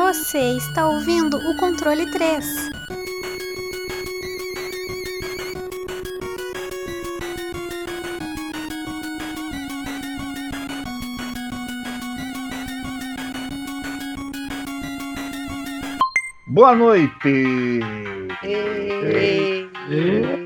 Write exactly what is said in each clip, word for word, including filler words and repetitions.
Você está ouvindo o Controle três. Boa noite! Ei, Ei.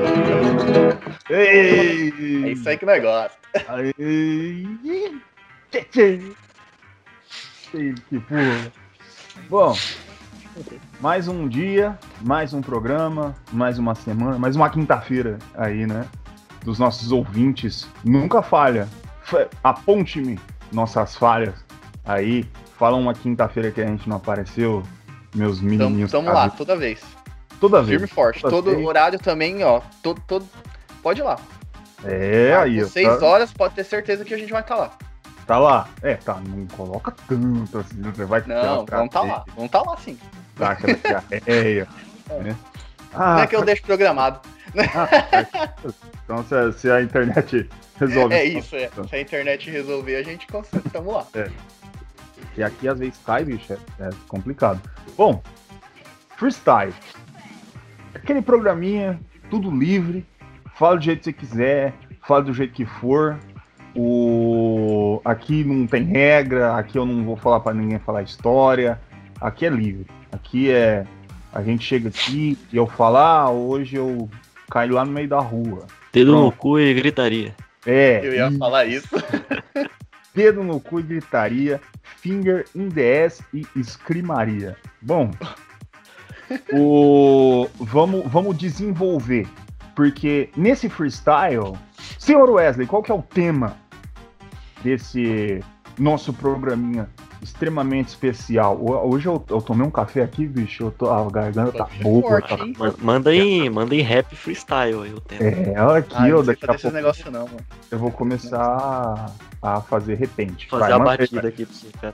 É isso aí que nós gostamos. Ei. Tchê, tchê. Ei, que porra. Bom, mais um dia, mais um programa, mais uma semana, mais uma quinta-feira aí, né? Dos nossos ouvintes. Nunca falha. F- Aponte-me nossas falhas aí. Fala uma quinta-feira que a gente não apareceu, meus menininhos. Tamo, tamo lá, toda vez. Toda vez. Firme e forte. Toda Todo vez. horário também, ó. Todo, todo... Pode ir lá. É, aí. Às seis tá- horas, pode ter certeza que a gente vai estar lá. Tá lá. É, tá, não coloca tanto assim, você vai ter Não, outra vamos tá vez, lá. Vamos tá lá sim. Tá, aquela que é, né? Ah, Não é que eu deixo programado. ah, então se a, se a internet resolve. É isso, é. Se a internet resolver, a gente consegue. Tamo lá. E aqui às vezes cai, bicho, é, é complicado. Bom, freestyle. Aquele programinha, tudo livre, fala do jeito que você quiser, fala do jeito que for. O... Aqui não tem regra, aqui eu não vou falar pra ninguém falar história. Aqui é livre. Aqui é. A gente chega aqui e eu falo, ah, hoje eu caí lá no meio da rua. Dedo no Pronto. cu e gritaria. É, Eu ia e falar isso. dedo no cu e gritaria, finger in the ass e escrimaria. Bom, o... vamos, vamos desenvolver, porque nesse freestyle, senhor Wesley, qual que é o tema desse nosso programinha extremamente especial? Ho- Hoje eu, eu tomei um café aqui, bicho, eu tô, a garganta tá Café boa. forte, Tá... hein? Ma- Manda em, manda em rap freestyle aí o tema. É, olha aqui, Ah, ó, não sei daqui a fazer esses pouco negócios não, mano. eu vou começar a fazer repente. Fazer Vai, a manda aí, batida aqui pra você, cara.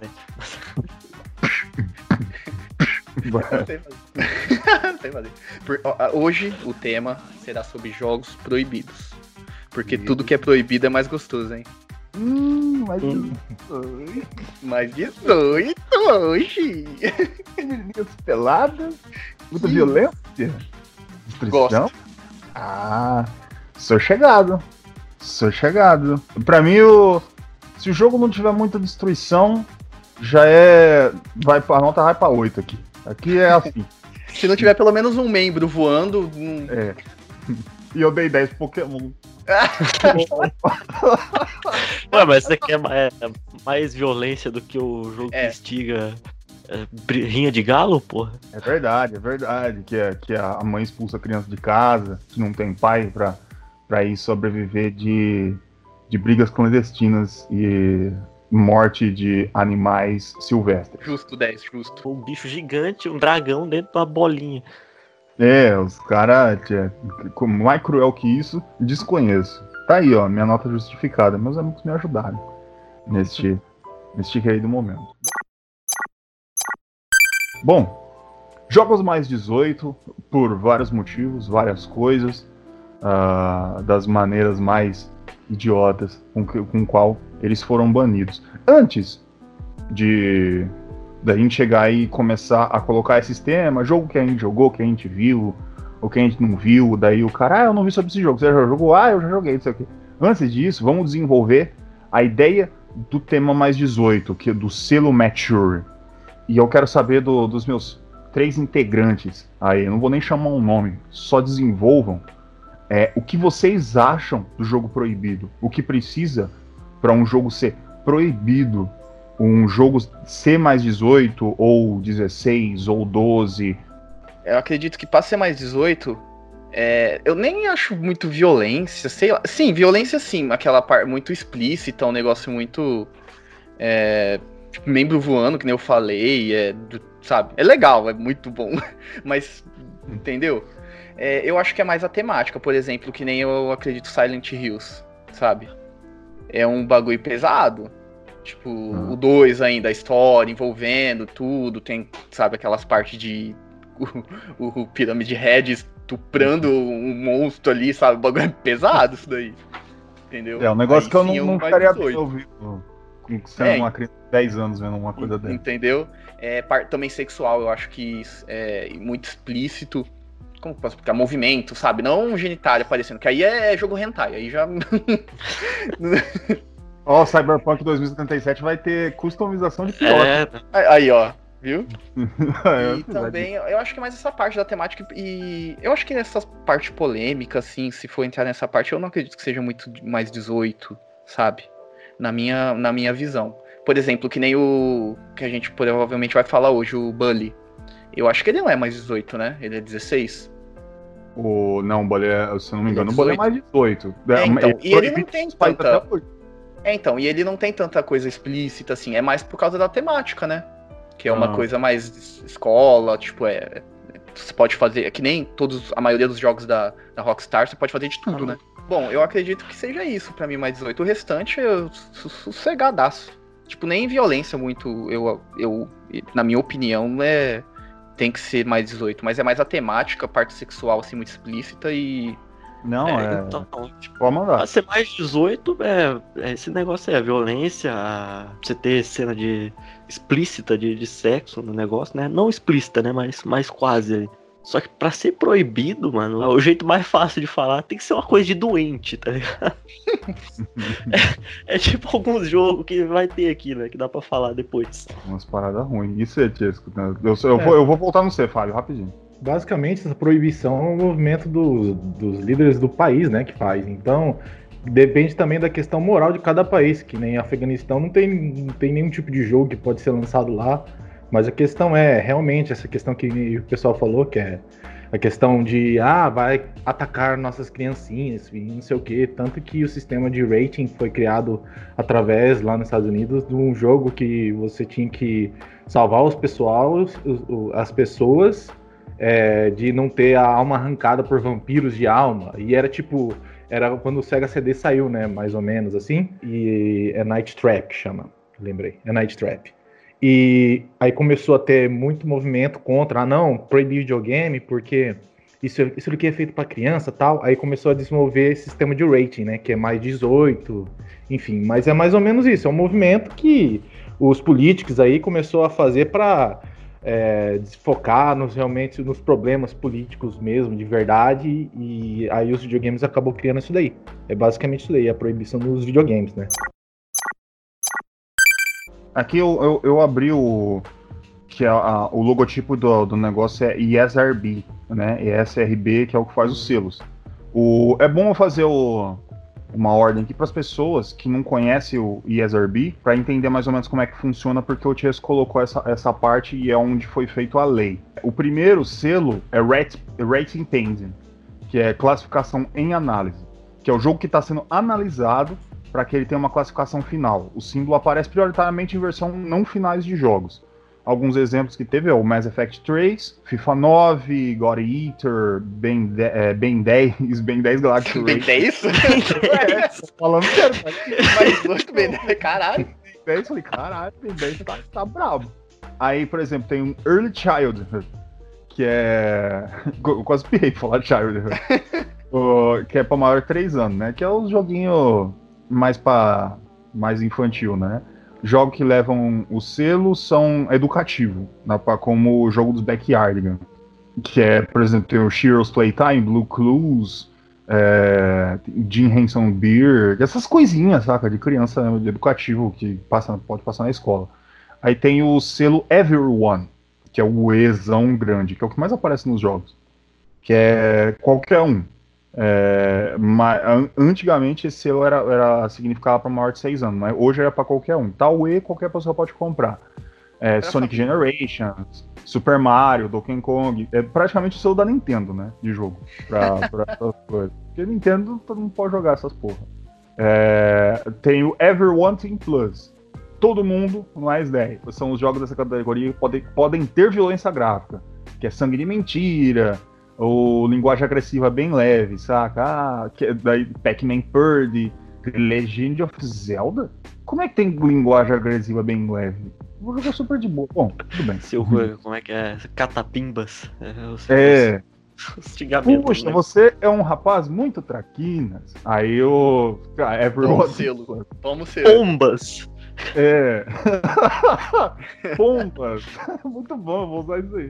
vai. Não sei fazer. Não sei fazer. Por- ó, hoje o tema será sobre jogos proibidos. Porque tudo que é proibido é mais gostoso, hein? Hum, mas... Hum. Mais dezoito hoje. Menininhas peladas, muita Sim. violência, destruição. Gosto. Ah, sou chegado. Sou chegado. Pra mim, o... se o jogo não tiver muita destruição, já é. Vai pra... A nota vai pra oito aqui. Aqui é assim. Se não tiver pelo menos um membro voando, um... É. E eu dei dez Pokémon. Ué, mas você quer ma- é, mais violência do que o jogo É. que instiga é, bri- rinha de galo, porra? É verdade, é verdade. Que, é, que a mãe expulsa a criança de casa, que não tem pai pra, pra ir sobreviver de, de brigas clandestinas e morte de animais silvestres. Justo, dez, justo. Um bicho gigante, um dragão dentro de uma bolinha. É, os caras, mais cruel que isso, desconheço. Tá aí, ó, minha nota justificada. Meus amigos me ajudaram neste, neste rei do momento. Bom, jogos mais dezoito, por vários motivos, várias coisas, ah, das maneiras mais idiotas com, que, com qual eles foram banidos. Antes de da gente chegar aí e começar a colocar esse sistema, jogo que a gente jogou, que a gente viu, ou que a gente não viu, daí o cara, ah, eu não vi sobre esse jogo, você já jogou? Ah, eu já joguei, não sei o quê. Antes disso, vamos desenvolver a ideia do tema mais dezoito, que é do selo Mature. E eu quero saber do- dos meus três integrantes aí, eu não vou nem chamar um nome, só desenvolvam é, o que vocês acham do jogo proibido, o que precisa para um jogo ser proibido, um jogo ser mais dezoito, ou dezesseis, ou doze. Eu acredito que pra ser mais dezoito, é, eu nem acho muito violência, sei lá. Sim, violência sim, aquela parte muito explícita, um negócio muito. É, tipo, membro voando, que nem eu falei, é, do- sabe? É legal, é muito bom, mas. Entendeu? É, eu acho que é mais a temática, por exemplo, que nem eu acredito Silent Hills, sabe? É um bagulho pesado. Tipo, Ah. o dois ainda, a história envolvendo tudo, tem, sabe, aquelas partes de o, o Pirâmide Red estuprando um monstro ali, sabe? O bagulho é pesado isso daí. Entendeu? É um negócio Aí que eu sim não, é um não mais ficaria bem dezoito. ouvido sendo É. uma criança de dez anos vendo uma coisa dessa. Entendeu? É, par- também sexual, eu acho que é muito explícito. Como que eu posso explicar? Movimento, sabe? Não um genitália aparecendo, que aí é jogo hentai, aí já... Ó, o Cyberpunk dois mil e setenta e sete vai ter customização de piloto. É, Aí, ó, viu? É, E também, eu acho que mais essa parte da temática, e eu acho que nessa parte polêmica, assim, se for entrar nessa parte, eu não acredito que seja muito mais dezoito, sabe? Na minha, na minha visão. Por exemplo, que nem o que a gente provavelmente vai falar hoje, o Bully. Eu acho que ele não é mais dezoito, né? Ele é dezesseis. O, não, o Bully é, se eu não me Ele é engano, o Bully é mais dezoito. É, então, e ele não proibido tem nos países tanta- até hoje. É, então, e ele não tem tanta coisa explícita, assim, é mais por causa da temática, né? Que é uma Ah. coisa mais escola, tipo, é... Você pode fazer, é que nem todos, a maioria dos jogos da, da Rockstar, você pode fazer de tudo, né? Bom, eu acredito que seja isso pra mim, mais dezoito. O restante é su- sossegadaço. Tipo, nem violência muito, eu, eu, na minha opinião, é... Tem que ser mais dezoito, mas é mais a temática, a parte sexual, assim, muito explícita e... Não, é, é. então, tipo, Pode mandar. pra ser mais dezoito, é, é esse negócio aí, a violência, a- você ter cena de explícita de, de sexo no negócio, né? Não explícita, né? Mas, mas quase ali. Só que pra ser proibido, mano, o jeito mais fácil de falar tem que ser uma coisa de doente, tá ligado? É, é tipo alguns jogos que vai ter aqui, né? Que dá pra falar depois. Umas paradas ruins. Isso é, Tiesco. Né? Eu, eu, É. vou, eu vou voltar no C, Fábio, rapidinho. Basicamente, essa proibição é um movimento do- dos líderes do país, né, que faz. Então, depende também da questão moral de cada país, que nem Afeganistão não tem, não tem nenhum tipo de jogo que pode ser lançado lá, mas a questão é, realmente, essa questão que o pessoal falou, que é a questão de, ah, vai atacar nossas criancinhas, e não sei o quê, tanto que o sistema de rating foi criado através, lá nos Estados Unidos, de um jogo que você tinha que salvar os pessoal, os- os- as pessoas... É, de não ter a alma arrancada por vampiros de alma. E era tipo, era quando o Sega C D saiu, né? Mais ou menos assim. E é Night Trap, chama. Lembrei. É Night Trap. E aí começou a ter muito movimento contra, ah não, proibir videogame, porque isso, isso aqui é feito para criança tal. Aí começou a desenvolver esse sistema de rating, né? Que é mais dezoito, enfim. Mas é mais ou menos isso. É um movimento que os políticos aí começou a fazer para É, focar nos, realmente nos problemas políticos mesmo, de verdade, e aí os videogames acabou criando isso daí. É basicamente isso daí, a proibição dos videogames, né? Aqui eu, eu, eu abri o. Que é a- o logotipo do, do negócio é E S R B, né? E S R B, que é o que faz os selos. O, é bom eu fazer o, uma ordem aqui para as pessoas que não conhecem o E S R B, para entender mais ou menos como é que funciona, porque o Tias colocou essa, essa parte e é onde foi feita a lei. O primeiro selo é Rat- Rating Pending, que é classificação em análise, que é o jogo que está sendo analisado para que ele tenha uma classificação final. O símbolo aparece prioritariamente em versão não finais de jogos. Alguns exemplos que teve é o Mass Effect três, FIFA nove, God Eater, Ben, de, é, Ben dez, Ben dez Galactic Ben Race. dez? É, tô falando sério, cara. Mais dezoito, Ben dez, caralho. Ben dez, falei, caralho, Ben dez tá, tá bravo. Aí, por exemplo, tem um Early Childhood, que é... Eu quase pirrei pra falar Childhood. O- que é pra maior de três anos, né? Que é um joguinho mais pra... mais infantil, né? Jogos que levam o selo são educativos, né, pra- como o jogo dos Backyardigans, que é, por exemplo, tem o Shiro's Playtime, Blue Clues, é, Jim Henson Beer, essas coisinhas, saca, de criança de educativo que passa, pode passar na escola. Aí tem o selo Everyone, que é o Ezão grande, que é o que mais aparece nos jogos, que é qualquer um. É, ma- an- antigamente esse selo era, era significava para maior de seis anos, mas hoje era para qualquer um. Tal E qualquer pessoa pode comprar. É, Sonic Generations, Super Mario, Donkey Kong, é praticamente o selo da Nintendo, né, de jogo, pra, pra essas coisas. Porque Nintendo todo mundo pode jogar essas porra. É, tem o Everyone Team Plus. Todo mundo mais dez. São os jogos dessa categoria que podem, podem ter violência gráfica, que é sangue de mentira, ou linguagem agressiva bem leve, saca? Ah, que, daí Pac-Man Purdy, Legend of Zelda? Como é que tem linguagem agressiva bem leve? O jogo é super de boa. Bom, tudo bem. Seu, como é que é? Catapimbas. É, os, É. os, os xingamentos, Puxa, né? você é um rapaz muito traquinas. Aí o. Ah, Toma o Everyone. selo. Toma o selo. Pombas. É. Pombas. Muito bom, vou usar isso aí.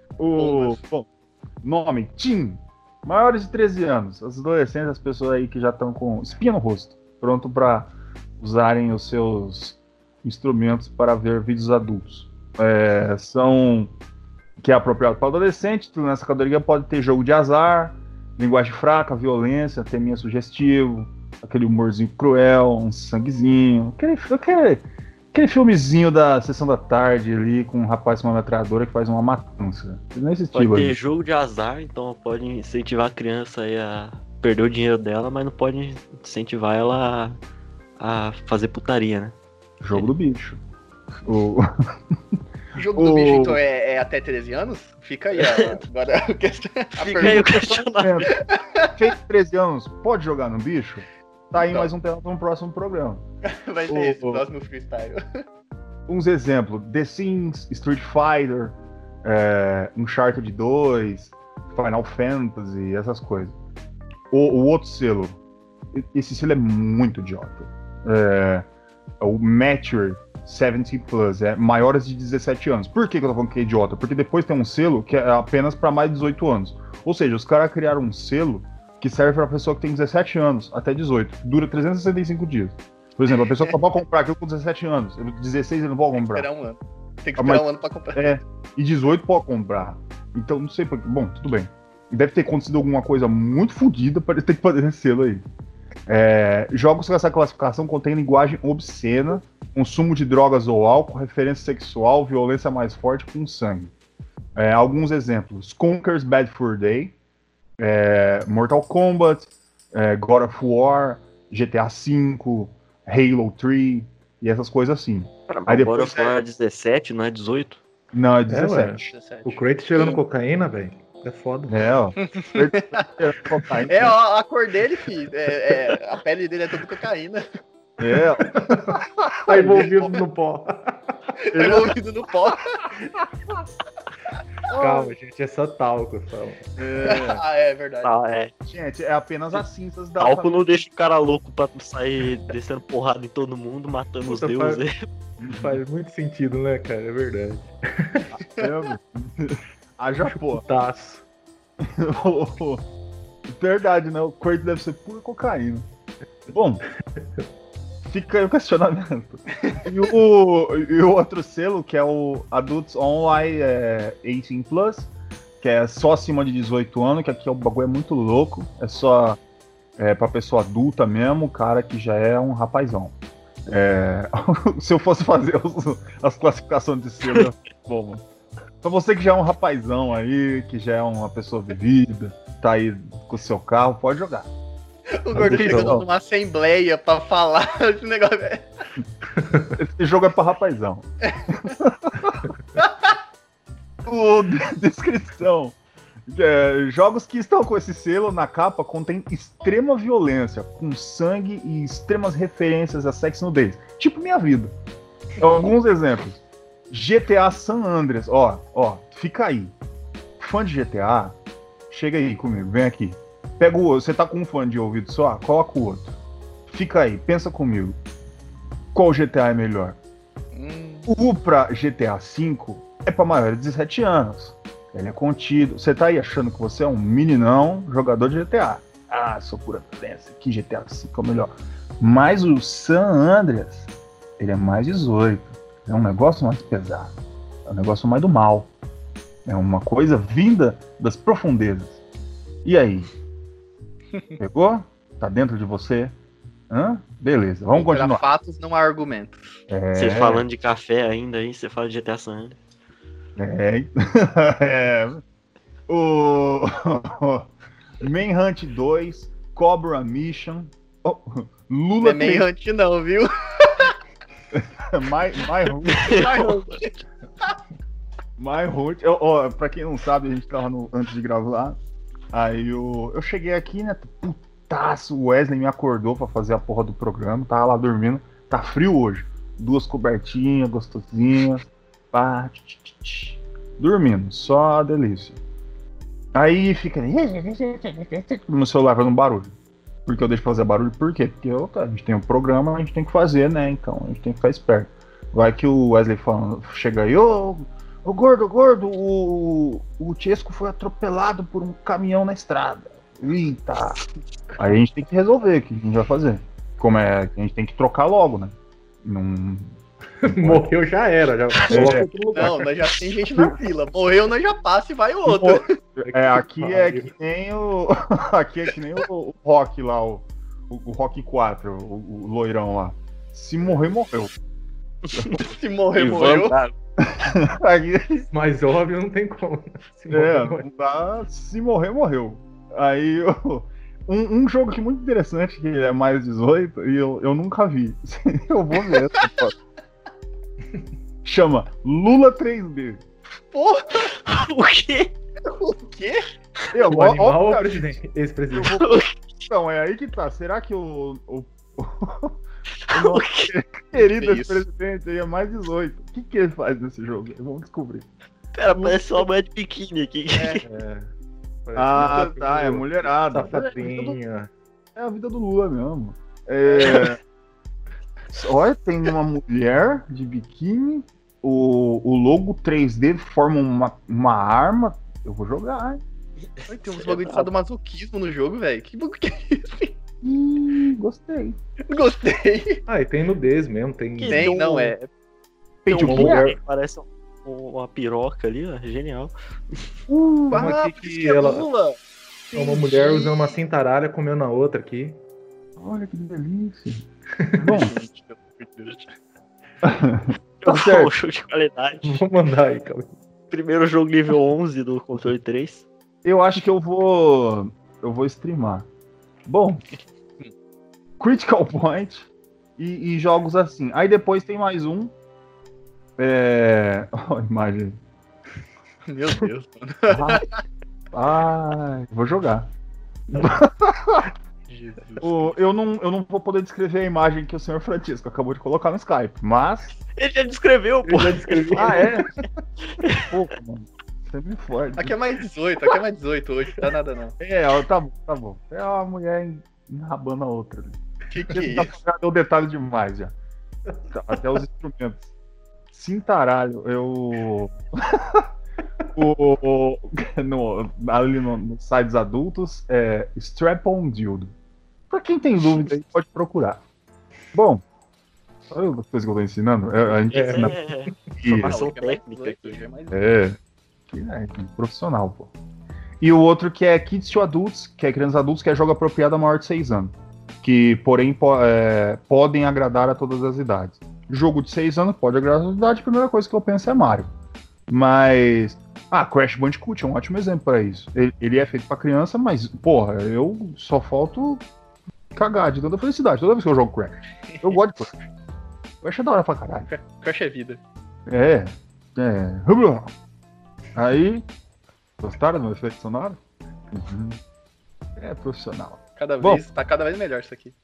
O bom, nome, Tim. Maiores de treze anos. Os adolescentes, as pessoas aí que já estão com espinha no rosto. Pronto para usarem os seus instrumentos para ver vídeos adultos. É, são... Que é apropriado para adolescente. Nessa categoria pode ter jogo de azar, linguagem fraca, violência, teminha sugestivo, aquele humorzinho cruel, um sanguezinho, aquele, aquele, aquele filmezinho da sessão da tarde ali com um rapaz com uma metralhadora que faz uma matança. Nesse Pode estilo ter aí. jogo de azar, então pode incentivar a criança aí a perder o dinheiro dela, mas não pode incentivar ela a, a fazer putaria, né? Jogo do bicho. O... O jogo do O- bicho, então, é, é até treze anos? Fica aí a, agora a questão. A Fica aí o pergunta. questionamento. Feito treze anos, pode jogar no bicho? Tá aí Não. mais um tema para um próximo programa. Vai ser O- esse, o- o próximo freestyle. Uns exemplos: The Sims, Street Fighter, é, Uncharted dois, Final Fantasy, essas coisas. O, o outro selo, esse selo é muito idiota. É, é o Mature setenta Plus, é maiores de dezessete anos. Por que, que eu tô falando que é idiota? Porque depois tem um selo que é apenas para mais de dezoito anos. Ou seja, os caras criaram um selo que serve para pessoa que tem dezessete anos até dezoito. Dura trezentos e sessenta e cinco dias. Por exemplo, a pessoa só pode comprar aquilo com dezessete anos. dezesseis ele não pode Tem que comprar. esperar um ano. Tem que Ah, esperar mas- um ano pra comprar. É, e dezoito pode comprar. Então, não sei por quê. Bom, tudo bem. Deve ter acontecido alguma coisa muito fodida para ele ter que fazer esse selo aí. É, jogos com essa classificação contêm linguagem obscena, consumo de drogas ou álcool, referência sexual, violência mais forte com sangue. É, alguns exemplos: Conker's Bad Fur Day, é, Mortal Kombat, é, God of War, G T A cinco, Halo três e essas coisas assim. Aí depois- Agora foi dezessete, não é dezoito? Não, é ué. dezessete. dezessete. O Kratos cheirando cocaína, velho. É foda. É, ó. Cocaína. É, ó, a cor dele, filho. É, é, a pele dele é toda cocaína. É, ó. Tá envolvido no pó. Tá envolvido no pó. Calma, gente, é só talco, só. Ah, é verdade. Ah, é. Gente, é apenas as cinzas da. Álcool não deixa o cara louco pra sair descendo porrada em todo mundo, matando os Puta, deuses. Faz muito sentido, né, cara? É verdade. Haja pô. Putaço. Verdade, né? O Kratos deve ser pura cocaína. Bom, fica aí o questionamento. E o, e o outro selo, que é o Adults Online é, dezoito Plus, que é só acima de dezoito anos, que aqui o bagulho é muito louco. É só é, pra pessoa adulta mesmo, o cara que já é um rapazão. É, se eu fosse fazer os- as classificações de selo, eu- bom, mano. Pra você que já é um rapazão aí, que já é uma pessoa vivida, tá aí com o seu carro, pode jogar. O Gordo Deixa eu- chegando numa assembleia pra falar esse negócio. Esse jogo é pra rapazão. O de- descrição. É, jogos que estão com esse selo na capa contém extrema violência, com sangue e extremas referências a sexo e nudez. Tipo minha vida. Alguns exemplos. G T A San Andreas. Ó, ó, fica aí. Fã de G T A, chega aí comigo, vem aqui. Pega o outro. Você tá com um fone de ouvido só? Coloca o outro. Fica aí, pensa comigo. Qual G T A é melhor? Hum, O pra G T A cinco é pra maior de dezessete anos. Ele é contido. Você tá aí achando que você é um meninão jogador de G T A. Ah, sou pura violência. Que G T A cinco é o melhor. Mas o San Andreas, ele é mais dezoito. É um negócio mais pesado. É um negócio mais do mal. É uma coisa vinda das profundezas. E aí? Pegou? Tá dentro de você? Hã? Beleza, vamos contra continuar. fatos não há argumentos. É... Você falando de café ainda aí, você fala de G T A San Andreas. É. é. O Manhunt dois, Cobra Mission, oh, Não Lula é meio tem anti não, viu? My, My Hunt. My Hunt. Eu, ó, pra quem não sabe, a gente tava no, antes de gravar. Aí eu, eu cheguei aqui, né? Putaço, o Wesley me acordou pra fazer a porra do programa. Tava lá dormindo. Tá frio hoje. Duas cobertinhas, gostosinhas. Pá, tch, tch, tch, dormindo, só a delícia. Aí fica. No celular fazendo barulho. Porque eu deixo fazer barulho, por quê? Porque eu, tá, a gente tem um programa, a gente tem que fazer, né? Então a gente tem que ficar esperto. Vai que o Wesley fala, chega aí, ô, ô gordo, gordo, o, o Chesco foi atropelado por um caminhão na estrada. Eita! Aí a gente tem que resolver o que a gente vai fazer. Como é, a gente tem que trocar logo, né? Não. Morreu já era, já coloca É. outro lugar. Não, nós já tem gente na fila. Morreu, nós já passa e vai o outro. É, aqui é que nem o. Aqui é que nem o, o Rock lá, o, o, o Rock quatro, o, o loirão lá. Se morrer, morreu. Se morrer, E morreu. vamos- Aqui, Mais óbvio não tem como. Se é, morrer, não dá. Se morrer, morreu. Aí eu- um, um jogo que é muito interessante, que é mais dezoito, e eu, eu nunca vi. Eu vou ver essa foto. Chama Lula três D. Porra, O quê? o quê? Eu, o ó, ó, animal ou o cara, presidente? Ex-presidente. eu vou- Então, é aí que tá. Será que o. o, o, o nosso querido Que isso? presidente aí é mais dezoito? O que, que ele faz nesse jogo? Vamos descobrir. Pera, parece uma mulher de biquíni aqui. É. Ah, tá. É mulherada. Safadinha. É a vida do Lula mesmo. É. Olha, tem uma mulher de biquíni. O, o logo três D forma uma, uma arma. Eu vou jogar, hein? Ai, tem uns bagulho de sadomasoquismo no jogo, velho. Que bagulho que é esse? Ih, gostei. Gostei. Ah, e tem nudez mesmo, tem. Que Tem, um- não, é. Peito uma que mulher- é? Parece um- uma piroca ali, ó. Genial. Uh, Uma Ah, aqui por que isso que é ela- Lula. É uma mulher usando uma cintaralha comendo a outra aqui. olha que delícia. Bom, Tá certo. um jogo de qualidade. Vou mandar aí, calma. Primeiro jogo nível onze do controle três. eu acho que eu vou. Eu vou streamar. Bom, Critical Point e, e jogos assim. Aí depois tem mais um. É. Ó, a imagem. Meu Deus, mano. Ai, vou jogar. Jesus. O- eu, não, eu não vou poder descrever a imagem que o senhor Francisco acabou de colocar no Skype, mas. Ele já descreveu, pô. Eu já descrevi. Ah, é? Pouco, mano. Você é muito forte. Aqui é mais dezoito, aqui é mais dezoito hoje, não dá nada não. É, ó, tá bom, tá bom. É uma mulher enrabando a outra. ali. Que que é Já isso? já deu detalhe demais já. Tá, até os instrumentos. Cintaralho, eu. o, o- no, ali no, nos sites adultos é Strap-on Dildo. Pra quem tem dúvida aí, pode procurar. Bom, olha as coisas que eu tô ensinando. É, a gente É. ensina É, aqui. Formação Que é mais técnica dezoito, aqui. já é mais É, que é profissional, pô. E o outro que é Kids to Adults, que é crianças adultos, que é jogo apropriado a maior de seis anos. Que, porém, po- é, podem agradar a todas as idades. Jogo de seis anos pode agradar a todas as idades, a primeira coisa que eu penso é Mario. Mas. Ah, Crash Bandicoot é um ótimo exemplo para isso. Ele, ele é feito pra criança, mas, porra, eu só falto cagar de tanta felicidade toda vez que eu jogo Crash. Eu gosto de Crash. Crash é da hora pra caralho. Crash é vida. É, é. Aí, gostaram do meu efeito sonoro? Uhum. É profissional. Cada Bom. vez, tá cada vez melhor isso aqui.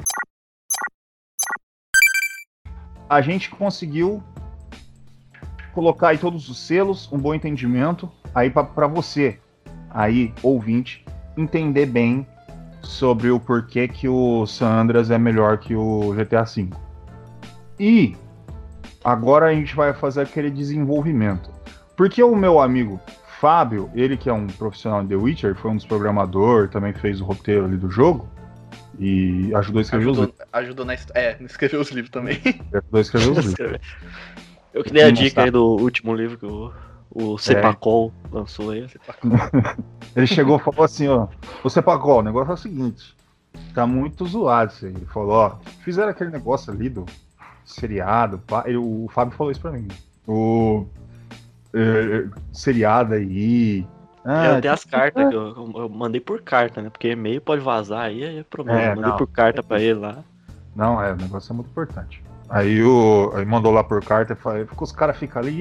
A gente conseguiu colocar aí todos os selos, um bom entendimento, aí pra, pra você, aí, ouvinte, entender bem sobre o porquê que o San Andreas é melhor que o G T A cinco. E agora a gente vai fazer aquele desenvolvimento. Porque o meu amigo Fábio, ele que é um profissional de The Witcher, foi um dos programadores, também fez o roteiro ali do jogo e ajudou a escrever os Ajudou, livros. ajudou na história. É, escreveu os livros também. Ajudou a escrever os livros. Eu que dei a Vou dica mostrar. aí do último livro que o, o Cepacol lançou aí. Ele chegou e falou assim, ó, ô Cepacol, o negócio é o seguinte, tá muito zoado isso aí. Ele falou, ó, fizeram aquele negócio ali do seriado, pá. Ele- o Fábio falou isso pra mim. O é, seriado aí. Ah, eu tenho as cartas que eu, eu mandei por carta, né? Porque e-mail pode vazar aí, aí é problema. É, Eu mandei não. por carta pra ele lá. Não, é, o negócio é muito importante. Aí o. Aí mandou lá por carta e falou, os caras ficam ali.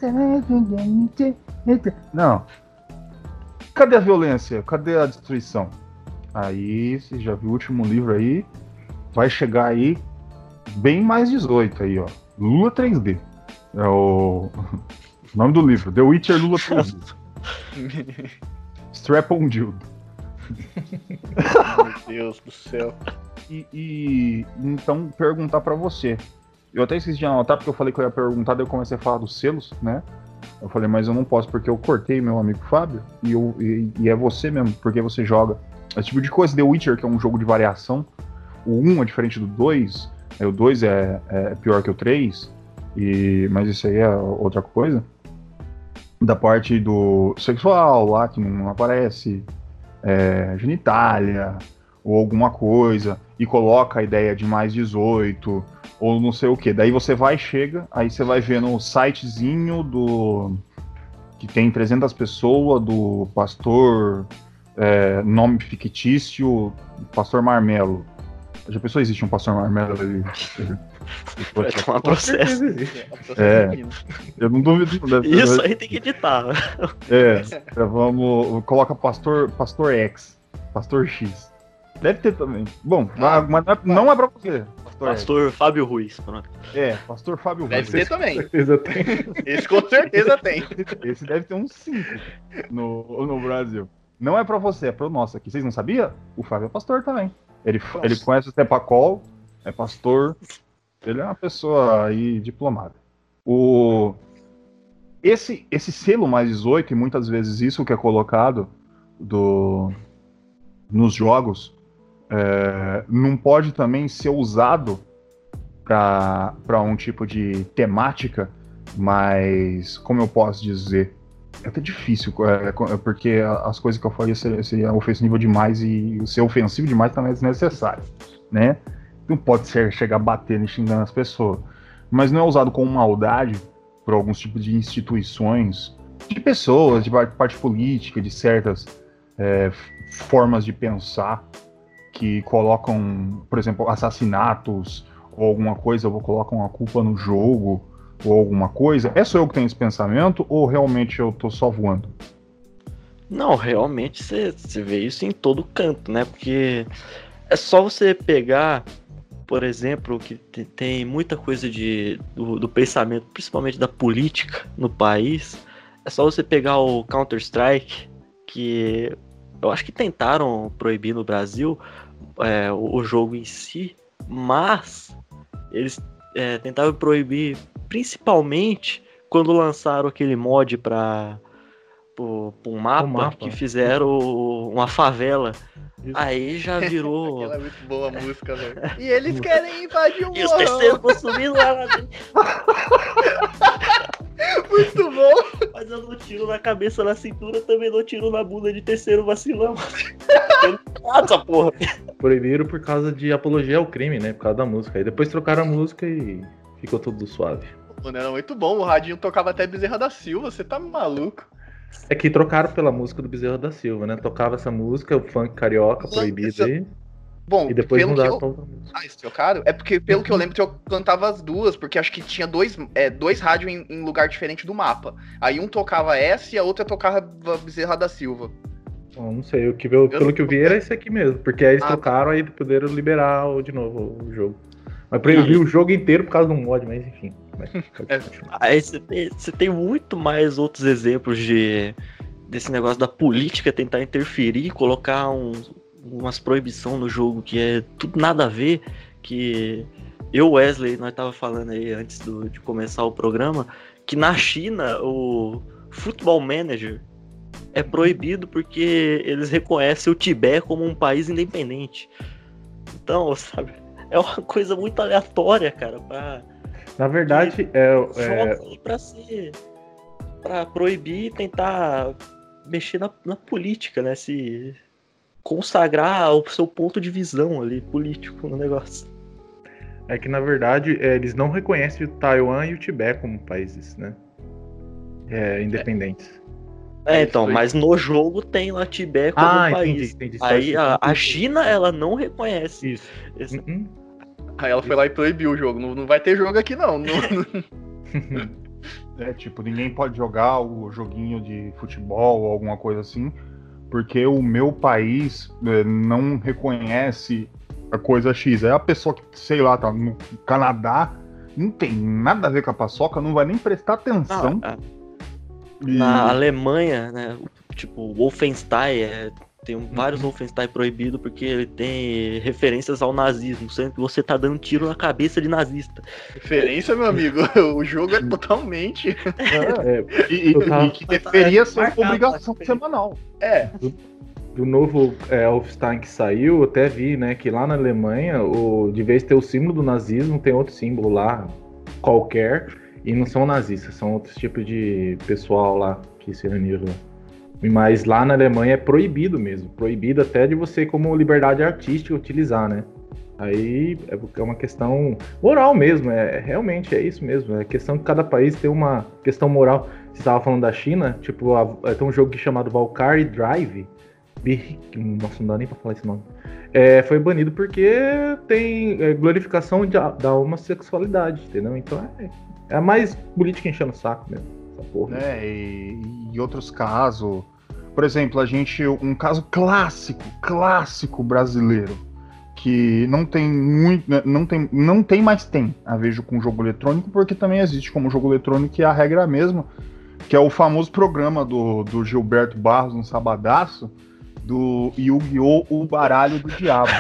Não. Cadê a violência? Cadê a destruição? Aí, você já viu o último livro aí. Vai chegar aí bem mais dezoito aí, ó. Lula três D. É o. O nome do livro, The Witcher Lula três D. Strap-on Dildo. Meu Deus do céu. E, e então perguntar pra você. Eu até esqueci de anotar porque eu falei que eu ia perguntar, daí eu comecei a falar dos selos, né? Eu falei, mas eu não posso porque eu cortei meu amigo Fábio e, eu, e, e é você mesmo, porque você joga. Esse tipo de coisa. The Witcher, que é um jogo de variação. O um é diferente do dois, né? O dois é, é pior que o três, e, mas isso aí é outra coisa. Da parte do sexual lá, que não aparece, é, genitália, ou alguma coisa, e coloca a ideia de mais dezoito, ou não sei o que. Daí você vai, chega, aí você vai ver no sitezinho do... que tem trezentas pessoas, do pastor, é, nome fictício, pastor Marmelo. Já pensou existe um pastor Marmelo ali? Vai tomar processo. É, eu não duvido. Deve, Isso aí tem que editar. É, vamos. Coloca pastor, pastor X, pastor X. Deve ter também. Bom, Ah, mas não é, não é pra você. Pastor, Pastor Fábio Ruiz, pronto. X. É, pastor Fábio Deve Ruiz. ter também. Certeza tem. Esse com certeza tem. Esse deve ter uns cinco no, no Brasil. Não é pra você, é pro nosso aqui. Vocês não sabiam? O Fábio é pastor também. Ele, ele conhece o Tepacol, é pastor. Ele é uma pessoa aí diplomada. O... Esse, esse selo mais dezoito, e muitas vezes isso que é colocado do... nos jogos, é... não pode também ser usado para um tipo de temática, mas como eu posso dizer, é até difícil, é, porque as coisas que eu falei seria ofensivo demais e ser ofensivo demais também é desnecessário, né? Não pode ser chegar batendo e xingando as pessoas, mas não é usado com maldade por alguns tipos de instituições, de pessoas, de parte política, de certas é, formas de pensar que colocam, por exemplo, assassinatos ou alguma coisa, ou colocam a culpa no jogo ou alguma coisa. É só eu que tenho esse pensamento ou realmente eu tô só voando? Não, realmente você vê isso em todo canto, né? Porque é só você pegar, por exemplo, que tem, tem muita coisa de, do, do pensamento, principalmente da política no país. É só você pegar o Counter-Strike, que eu acho que tentaram proibir no Brasil é, o, o jogo em si, mas eles é, tentaram proibir principalmente quando lançaram aquele mod para um mapa, mapa que fizeram uma favela. Isso. Aí já virou. Aquela é muito boa a música, velho. E eles querem invadir o E os morro. terceiros vão subindo lá dentro, Muito bom. mas eu não tiro na cabeça, na cintura, também não tiro na bunda de terceiro vacilão. Essa porra. Proibiram por causa de apologia ao crime, né? Por causa da música. Aí depois trocaram a música e ficou tudo suave. Mano, era muito bom. O radinho tocava até Bezerra da Silva. Você tá maluco? É que trocaram pela música do Bezerra da Silva, né? Tocava essa música, o funk carioca, Não, proibido essa- aí. Bom, E depois pelo que mudaram eu... pra outra música. Ah, eles trocaram? É porque, pelo que eu lembro, eu cantava as duas, porque acho que tinha dois, é, dois rádios em, em lugar diferente do mapa. Aí um tocava essa e a outra tocava Bezerra da Silva. Bom, não sei, o que eu, pelo que eu vi era esse aqui mesmo. Porque aí eles Ah, trocaram, aí poderam liberar o- de novo o jogo. Mas proibiu o jogo inteiro por causa do mod, mas enfim. Mas pode É. continuar. Aí você tem, você tem muito mais outros exemplos de desse negócio da política tentar interferir, colocar um, umas proibições no jogo que é tudo nada a ver, que eu, Wesley, nós tava falando aí antes do, de começar o programa, que na China o Football Manager é proibido porque eles reconhecem o Tibete como um país independente. Então, sabe, é uma coisa muito aleatória, cara, pra... Na verdade, é, é, Só pra ser. Pra proibir e tentar mexer na, na política, né? Se consagrar o seu ponto de visão ali, político no negócio. é que, na verdade, é, eles não reconhecem o Taiwan e o Tibete como países, né? É, independentes. É, É, então, isso aí. mas no jogo tem lá Tibete como Ah, um país. entendi, entendi. Só Aí isso a, que eu a entendi. China, ela não reconhece. Isso. Esse- Uhum. Aí ela foi lá e proibiu o jogo. Não, não vai ter jogo aqui, não. Não- É, tipo, ninguém pode jogar o joguinho de futebol ou alguma coisa assim, porque o meu país é, não reconhece a coisa X. É a pessoa que, sei lá, tá no Canadá, não tem nada a ver com a paçoca, não vai nem prestar atenção. Não, a- E- na Alemanha, né? Tipo, Wolfenstein é Tem um, vários Wolfenstein proibidos porque ele tem referências ao nazismo, sendo que você tá dando tiro na cabeça de nazista. Referência, meu amigo, o jogo é totalmente... É, E, e, tava- e que deveria ser uma Marcado, obrigação mas- semanal. É, do novo é, Wolfenstein que saiu, eu até vi, né, que lá na Alemanha, o, de vez de ter o símbolo do nazismo, tem outro símbolo lá, qualquer, e não são nazistas, são outros tipos de pessoal lá que se reuniram lá. Mas lá na Alemanha é proibido mesmo, proibido até de você, como liberdade artística, utilizar, né? Aí é uma questão moral mesmo, é realmente é isso mesmo, é questão que cada país tem uma questão moral. Você estava falando da China, tipo, a, tem um jogo chamado Valkyrie Drive, nossa, não dá nem pra falar esse nome. É, foi banido porque tem é, glorificação de, da homossexualidade, entendeu? Então é, é a mais política enchendo o saco mesmo, essa porra. Né? E, e outros casos, por exemplo, a gente, um caso clássico, clássico brasileiro, que não tem muito, não tem, não tem, mas tem a ver com jogo eletrônico, porque também existe como jogo eletrônico e a regra é a mesma, que é o famoso programa do, do Gilberto Barros no Sabadaço, do Yu-Gi-Oh! O Baralho do Diabo.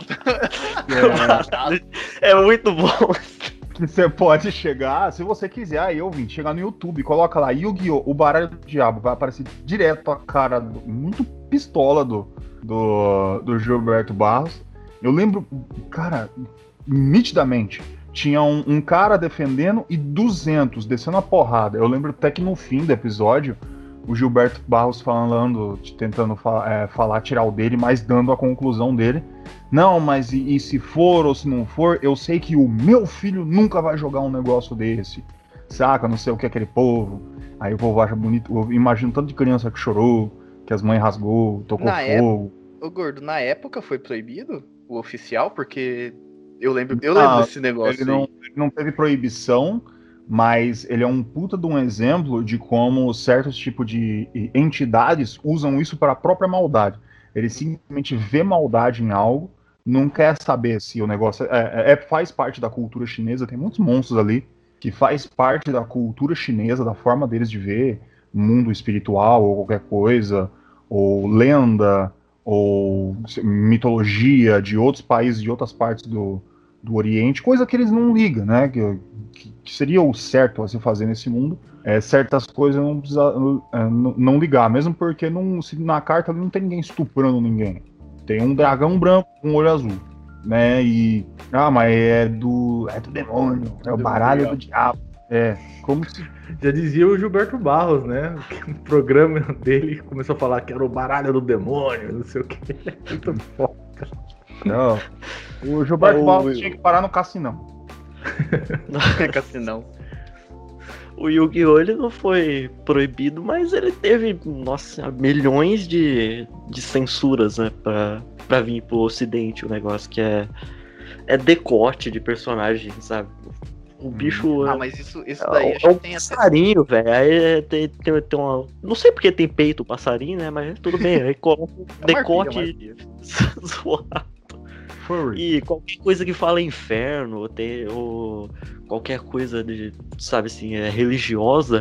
É, é muito bom. Que você pode chegar, se você quiser, aí eu vim, chegar no YouTube, coloca lá Yu-Gi-Oh! O Baralho do Diabo, vai aparecer direto a cara do, muito pistola do, do, do Gilberto Barros. Eu lembro, cara, nitidamente, tinha um, um cara defendendo e duzentos descendo a porrada. Eu lembro até que no fim do episódio, o Gilberto Barros falando, tentando fa- é, falar, tirar o dele, mas dando a conclusão dele. Não, mas e, e se for ou se não for, eu sei que o meu filho nunca vai jogar um negócio desse. Saca? Não sei o que é aquele povo. Aí o povo acha bonito. Eu imagino tanto de criança que chorou, que as mães rasgou, tocou Na fogo. ô gordo, na época foi proibido o oficial, porque eu lembro, eu lembro Ah, desse negócio Ele não, aí. ele não teve proibição, mas ele é um puta de um exemplo de como certos tipos de entidades usam isso para a própria maldade. Ele simplesmente vê maldade em algo, não quer saber se o negócio é, é- faz parte da cultura chinesa. Tem muitos monstros ali que faz parte da cultura chinesa, da forma deles de ver mundo espiritual ou qualquer coisa, ou lenda, ou mitologia de outros países, de outras partes do, do Oriente, coisa que eles não ligam, né? Que, que, que seria o certo a se fazer nesse mundo. É, certas coisas não precisa é, não, não ligar, mesmo porque não, se na carta não tem ninguém estuprando ninguém. Tem um dragão branco com olho azul, né? E ah, mas é do é do demônio, é o baralho do diabo. É, como se Já dizia o Gilberto Barros, né? Que no programa dele começou a falar que era o baralho do demônio, não sei o que. Muito foda. não, o Gilberto É o- Barros tinha que parar no cassinão. Cassinão. O Yu-Gi-Oh! Ele não foi proibido, mas ele teve, nossa, milhões de, de censuras, né, pra, pra vir pro ocidente, o negócio que é, é decote de personagem, sabe? O bicho Ah, é, mas isso, isso é, daí é acho um que tem até. passarinho, velho. Aí é, tem, tem, tem uma... Não sei porque tem peito o passarinho, né, mas tudo bem. Aí coloca um É uma decote arpia, zoado. Furry. E qualquer coisa que fala inferno, ou, tem, ou qualquer coisa de, sabe assim, é religiosa,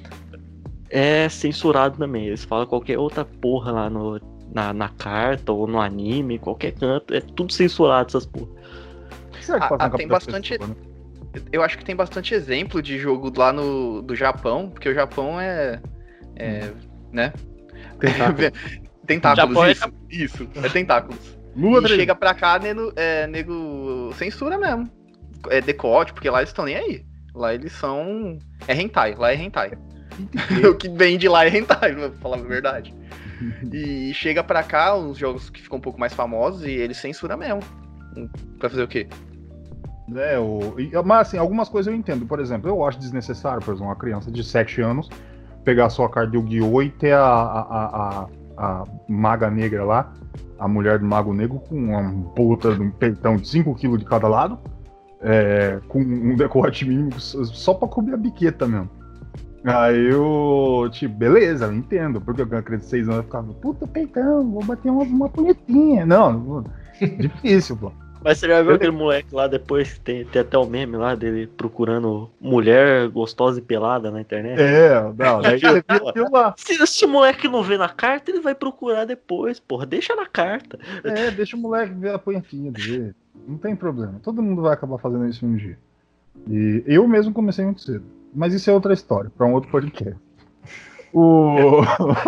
é censurado também. Eles falam qualquer outra porra lá no, na, na carta ou no anime, qualquer canto, é tudo censurado essas porra. O que será que Ah, passa na ah, tem cabeça da bastante- pessoa, né? Eu acho que tem bastante exemplo de jogo lá no do Japão, porque o Japão é. é né? Tentáculo. Tentáculos, Japão é- isso. Isso, é tentáculos. Lua E treze. chega pra cá, nego, é, nego censura mesmo. É decote, porque lá eles estão nem aí. Lá eles são. É hentai, lá é hentai. O que vem de lá é hentai, pra falar a verdade. E chega pra cá, os jogos que ficam um pouco mais famosos, e eles censuram mesmo. Pra fazer o quê? É, o... e- mas assim, algumas coisas eu entendo. Por exemplo, eu acho desnecessário, por exemplo, uma criança de sete anos pegar sua carta de Yu-Gi-Oh! E ter a, a, a, a, a maga negra lá, a mulher do mago negro, com uma puta de um peitão de cinco quilos de cada lado, é, com um decote mínimo só pra cobrir a biqueta mesmo. Aí eu, tipo, beleza, eu entendo, porque eu criança de seis anos eu ficava, puta peitão, vou bater uma, uma punhetinha. Não, não, difícil, pô. Mas você já viu aquele moleque lá depois que tem, tem até o meme lá dele procurando mulher gostosa e pelada na internet? É, não, daí você viu aquilo lá. Se, se o moleque não vê na carta, ele vai procurar depois, porra. Deixa na carta. É, deixa o moleque ver a punhetinha dele. Não tem problema. Todo mundo vai acabar fazendo isso um dia. E eu mesmo comecei muito cedo. Mas isso é outra história, pra um outro podcast. O...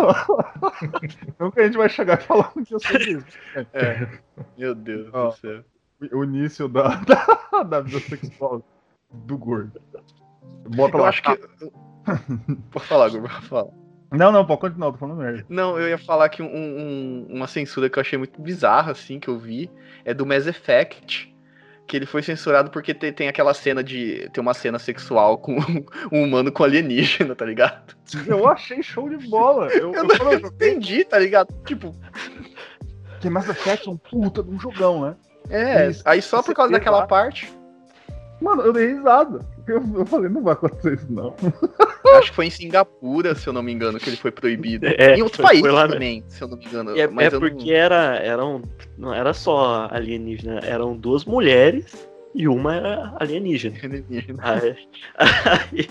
Nunca a gente vai chegar falando que eu sou isso. É. Meu Deus Ó, do céu. O início da, da, da vida sexual do gordo. Bota Eu lá. acho que. Pode falar, Gurba, fala. Não, não, pode continuar, tô falando merda. Não, eu ia falar que um, um- uma censura que eu achei muito bizarra, assim, que eu vi, é do Mass Effect. Que ele foi censurado porque tem, tem aquela cena de. Tem uma cena sexual com um humano com alienígena, tá ligado? Eu achei show de bola. Eu, Eu, eu, não quando eu joguei, entendi, tá ligado? Tipo, que Mass Effect é um puta de um jogão, né? é. Isso, Aí só por causa você daquela lá. parte. Mano, eu dei risada. Eu, eu falei, não vai acontecer isso, não. Acho que foi em Singapura, se eu não me engano, que ele foi proibido. É, em outros foi- foi países lá também, se eu não me engano. E é, mas é eu porque não... era, eram, não era só alienígena, eram duas mulheres e uma era alienígena. Aí- aí-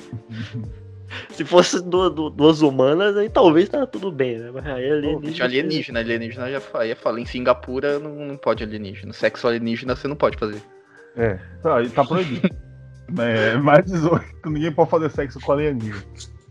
se fosse du- du- duas humanas, aí talvez tá tudo bem, né? Mas aí alienígena. Tinha alienígena, alienígena já fa- ia falar. Em Singapura não, não pode alienígena. Sexo alienígena você não pode fazer. É, tá, tá proibido. É, mais dezoito, ninguém pode fazer sexo com alienígena.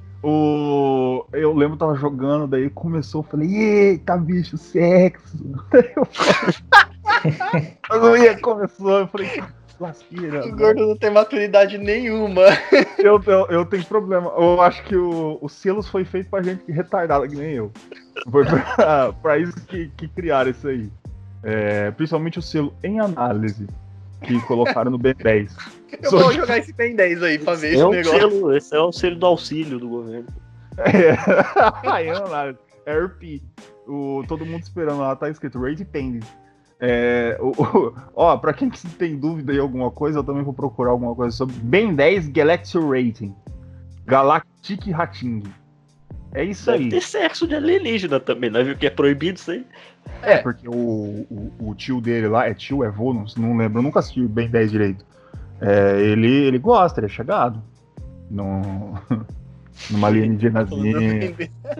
O... Eu lembro que eu tava jogando, daí começou, eu falei, eita bicho, sexo. Daí eu falei, eu ia, começou, eu falei, que lasqueira. O gordo não tem maturidade nenhuma. Eu, eu, eu tenho problema. Eu acho que o, os selos foi feito pra gente retardada, que nem eu. Foi pra, pra isso que, que criaram isso aí. É, principalmente o selo em análise, que colocaram no Ben dez. Eu Só vou que- jogar esse Ben dez aí pra ver É esse um negócio. selo, esse é o selo do auxílio do governo. É, em análise. É R P. O, todo mundo esperando lá, tá escrito Rate Pending. É, o, o- ó, pra quem que tem dúvida em alguma coisa, eu também vou procurar alguma coisa sobre Ben dez Galaxy Rating. Galactic Rating. É isso Deve aí. ter sexo de alienígena também, né? Viu que é proibido isso aí? É, porque o, o, o tio dele lá, é tio, é vô, não, não lembro, eu nunca assisti o Ben dez direito. É, ele, ele gosta, ele é chegado. No, numa alienígenazinha.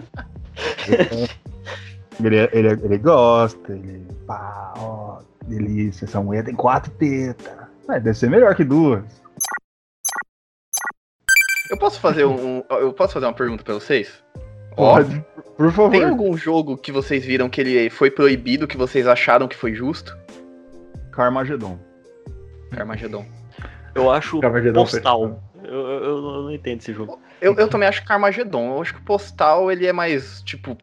Ele, ele, ele gosta, ele. Pá, ó, delícia, essa mulher tem quatro tetas. É, deve ser melhor que duas. Eu posso fazer um. Eu posso fazer uma pergunta pra vocês? Ó, Pode, por favor. tem algum jogo que vocês viram que ele foi proibido, que vocês acharam que foi justo? Carmageddon. Carmageddon. Eu acho Carmageddon postal. Eu, eu, eu não entendo esse jogo. Eu, eu também acho Carmageddon. Eu acho que o Postal ele é mais, tipo.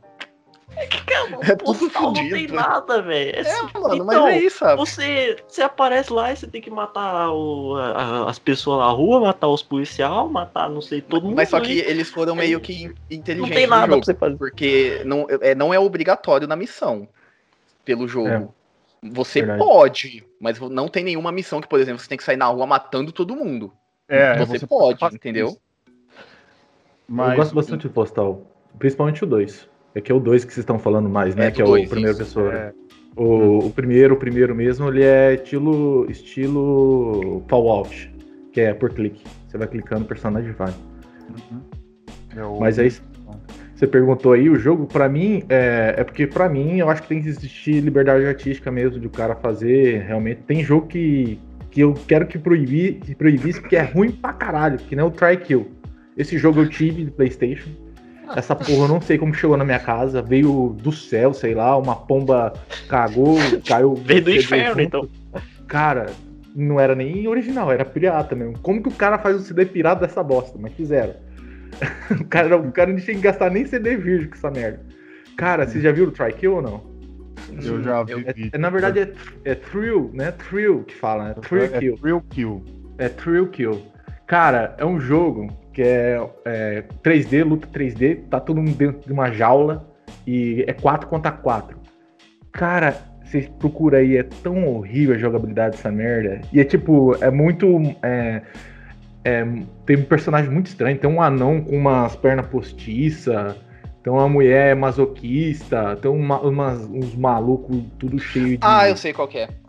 É tudo Postal não tem fudido. nada, velho. É, É, assim, mano, então, mas é isso, sabe? Você, você aparece lá e você tem que matar o- a- a- as pessoas na rua, matar os policiais, matar não sei todo mundo. Mas só que e eles foram meio que não inteligentes tem no nada pra jogo. você fazer. Porque não é, não é obrigatório na missão pelo jogo. Você verdade. pode, mas não tem nenhuma missão que, por exemplo, você tem que sair na rua matando todo mundo. É, você, pode, faz entendeu? isso. Mas eu gosto bastante do Postal, principalmente o dois. É que é o dois que vocês estão falando mais, né? É, que é do dois, o primeiro isso. pessoa. É, O, o primeiro, o primeiro mesmo, ele é estilo, estilo Fallout, que é por clique. Você vai clicando, o personagem vai. uhum. É o- Mas aí você perguntou aí, o jogo, pra mim, é, é porque pra mim eu acho que tem que existir liberdade artística mesmo de o cara fazer. Realmente, tem jogo que, que eu quero que, proibir, que proibisse porque é ruim pra caralho, que nem o Try Kill. Esse jogo eu tive de PlayStation. Essa porra eu não sei como chegou na minha casa, veio do céu, sei lá, uma pomba cagou, caiu. Veio do C D inferno, junto. então. Cara, não era nem original, era pirata mesmo. Como que o cara faz um C D pirata dessa bosta? Mas fizeram. O cara, o cara não tinha que gastar nem C D virgem com essa merda. Cara, vocês já viram o Try Kill ou não? Eu já vi. É- é, na verdade é, é Thrill, né? Thrill que fala, né? Thrill é Kill. Thrill Kill. É Thrill Kill. Cara, é um jogo que é, é três D, luta três D, tá todo mundo dentro de uma jaula e é quatro contra quatro. Cara, você procura aí, é tão horrível a jogabilidade dessa merda. E é tipo, é muito. É, é, tem um personagem muito estranho, tem um anão com umas pernas postiças, tem uma mulher masoquista, tem uma, umas, uns malucos tudo cheio de. Ah, eu sei qual que é.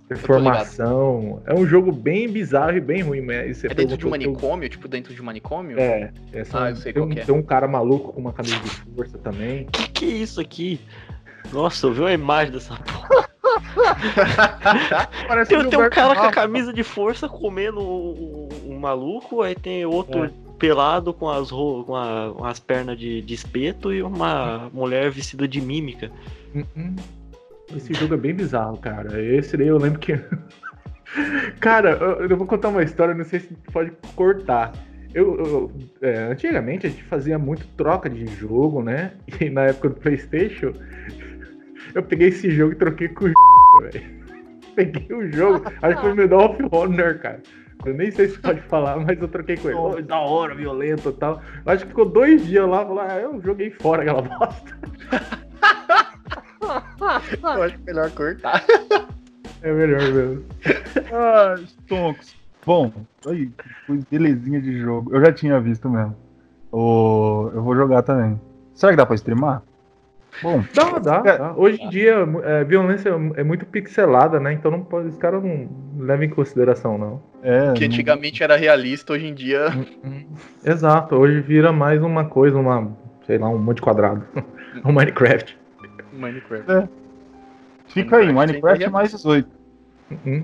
Informação. É um jogo bem bizarro e bem ruim, mas você É dentro de um perguntou- manicômio? Tipo, dentro de um manicômio? É, é só- Ah, eu sei tem, qual um, que é. tem um cara maluco com uma camisa de força também. Que que é isso aqui? Nossa, eu vi uma imagem dessa porra. Parece Tem, o tem um Gilberto cara com a Barros. camisa de força comendo um, um- um maluco, aí tem outro É. pelado com as, ro- com, a- com as pernas de, de espeto e uma mulher vestida de mímica. Uhum. Esse jogo é bem bizarro, cara. Esse daí eu lembro que. Cara, eu, eu vou contar uma história, não sei se pode cortar. Eu, eu- é, antigamente a gente fazia muito troca de jogo, né? E na época do PlayStation, eu peguei esse jogo e troquei com o velho. Peguei o jogo, acho que foi o Medal of Honor, cara. Eu nem sei se pode falar, mas eu troquei com ele. Ô, da hora, violento e tal. Eu acho que ficou dois dias lá, falei, ah, eu joguei fora aquela bosta. Eu acho melhor cortar. É melhor mesmo. Ah, Stonks. Bom, aí, que belezinha de jogo. Eu já tinha visto mesmo. O... Eu vou jogar também. Será que dá pra streamar? Bom, Dá, dá, É. dá. Hoje em dia, é, violência é muito pixelada, né? Então não pode, os caras não levam em consideração, não. é. Porque não- antigamente era realista, hoje em dia. Exato, hoje vira mais uma coisa, uma, sei lá, um monte de quadrado. um Minecraft. Minecraft. Fica aí, Minecraft Minecraft sempre mais dezoito. Uhum.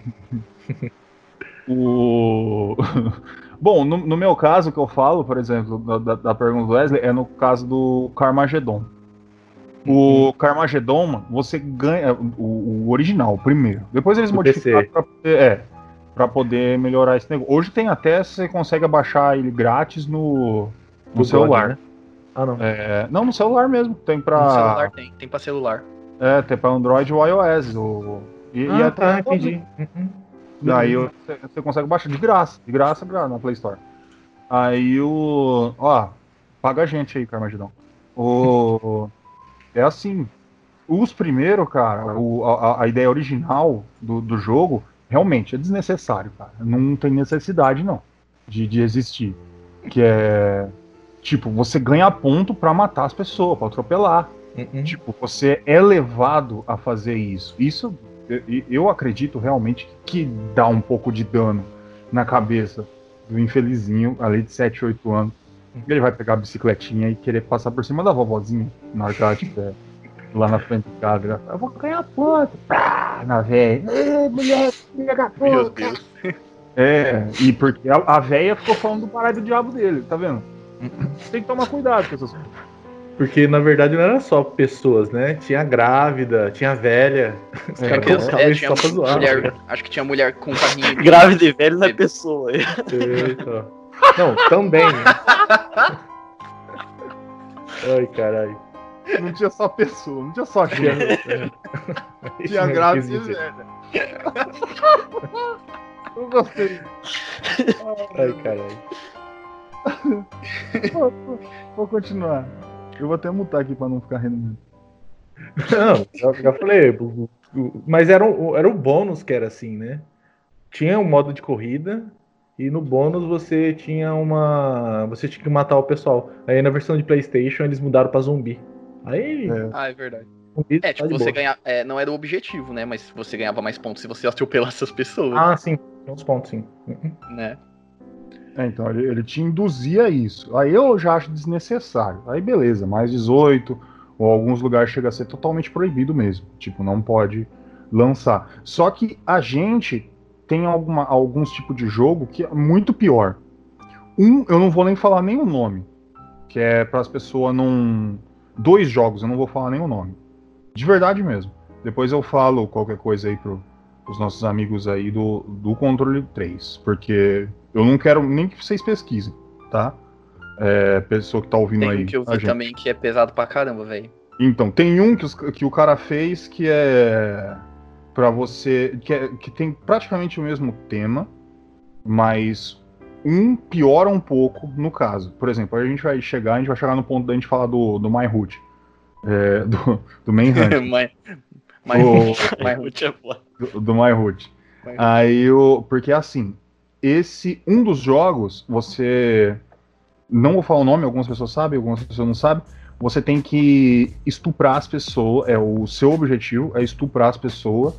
O... Bom, no, no meu caso que eu falo, por exemplo, da, da, da pergunta do Wesley, é no caso do Carmageddon. O Carmageddon, você ganha o, o original, o primeiro. Depois eles Do modificaram P C. pra poder, é, pra poder melhorar esse negócio. Hoje tem até, você consegue abaixar ele grátis no, no Do celular. God, né? Ah, não. É, não, no celular mesmo. Tem pra, No celular tem, tem pra celular. é, tem pra Android ou iOS. O, e, e Ah, até- tá, entendi. Uhum. Daí você, você consegue baixar de graça, de graça gra- na Play Store. Aí o. Ó, paga a gente aí, Carmageddon. O. É assim. Os primeiros, cara, o- a, a ideia original do, do jogo realmente é desnecessário, cara. Não tem necessidade, não, de, de existir. Que é. Tipo, você ganha ponto pra matar as pessoas, pra atropelar. Uhum. Tipo, você é levado a fazer isso. Isso, eu, eu acredito realmente que dá um pouco de dano na cabeça do infelizinho, ali de sete, oito anos. Ele vai pegar a bicicletinha e querer passar por cima da vovozinha na hora que ela estiver lá na frente de casa. Ele vai falar, eu vou ganhar ponto. Pá, na velha. "Ê, mulher, filha da Meu puta." Deus. É, e porque a, a véia ficou falando do parado do diabo dele, tá vendo? Tem que tomar cuidado com essas coisas. Porque na verdade não era só pessoas, né? Tinha grávida, tinha velha. Os É, caras é, colocavam É, isso tinha só pra zoar. mulher, né? acho que tinha mulher com carrinho. de- Grávida e velho não é pessoa. Eita. Não, também. né? Ai, caralho. Não tinha só pessoa, não tinha só Tinha, gente. é. Tinha Não grávida quis e dizer. velha. Eu gostei. Ai, caralho. Vou, vou- vou continuar. Eu vou até mutar aqui pra não ficar rindo muito. Não, já, já falei. o- o- Mas era o, era o bônus que era assim, né? Tinha um modo de corrida e no bônus você tinha uma. Você tinha que matar o pessoal. Aí na versão de PlayStation eles mudaram pra zumbi. Aí. É. Ah, é verdade. zumbi É, tá tipo, de você boa. ganha. É, não era o objetivo, né? Mas você ganhava mais pontos se você atropelasse as pessoas, Ah, sim. Tem uns pontos, sim. Uhum. né? É, então, ele, ele te induzia a isso. Aí eu já acho desnecessário. Aí beleza, mais dezoito, ou alguns lugares chega a ser totalmente proibido mesmo. Tipo, não pode lançar. Só que a gente tem alguma, alguns tipos de jogo que é muito pior. Um, eu não vou nem falar nem o nome, que é para as pessoas não... Dois jogos, eu não vou falar nem o nome. De verdade mesmo. Depois eu falo qualquer coisa aí pro, pros nossos amigos aí do, do Controle três, porque eu não quero nem que vocês pesquisem, tá? É, pessoa que tá ouvindo Tem aí. um que eu a vi gente. também que é pesado pra caramba, velho. Então, tem um que, os- que o cara fez que é pra você. Que, é- que tem praticamente o mesmo tema, mas um piora um pouco no caso. Por exemplo, a gente vai chegar, a gente vai chegar no ponto da gente falar do, do MyRoot. É, do, do Manhunt. mas. Mas. O- mas- do, do MyRoot. mas- Aí o. Porque assim, esse. Um dos jogos, você. Não vou falar o nome, algumas pessoas sabem, algumas pessoas não sabem. Você tem que estuprar as pessoas. É o seu objetivo é estuprar as pessoas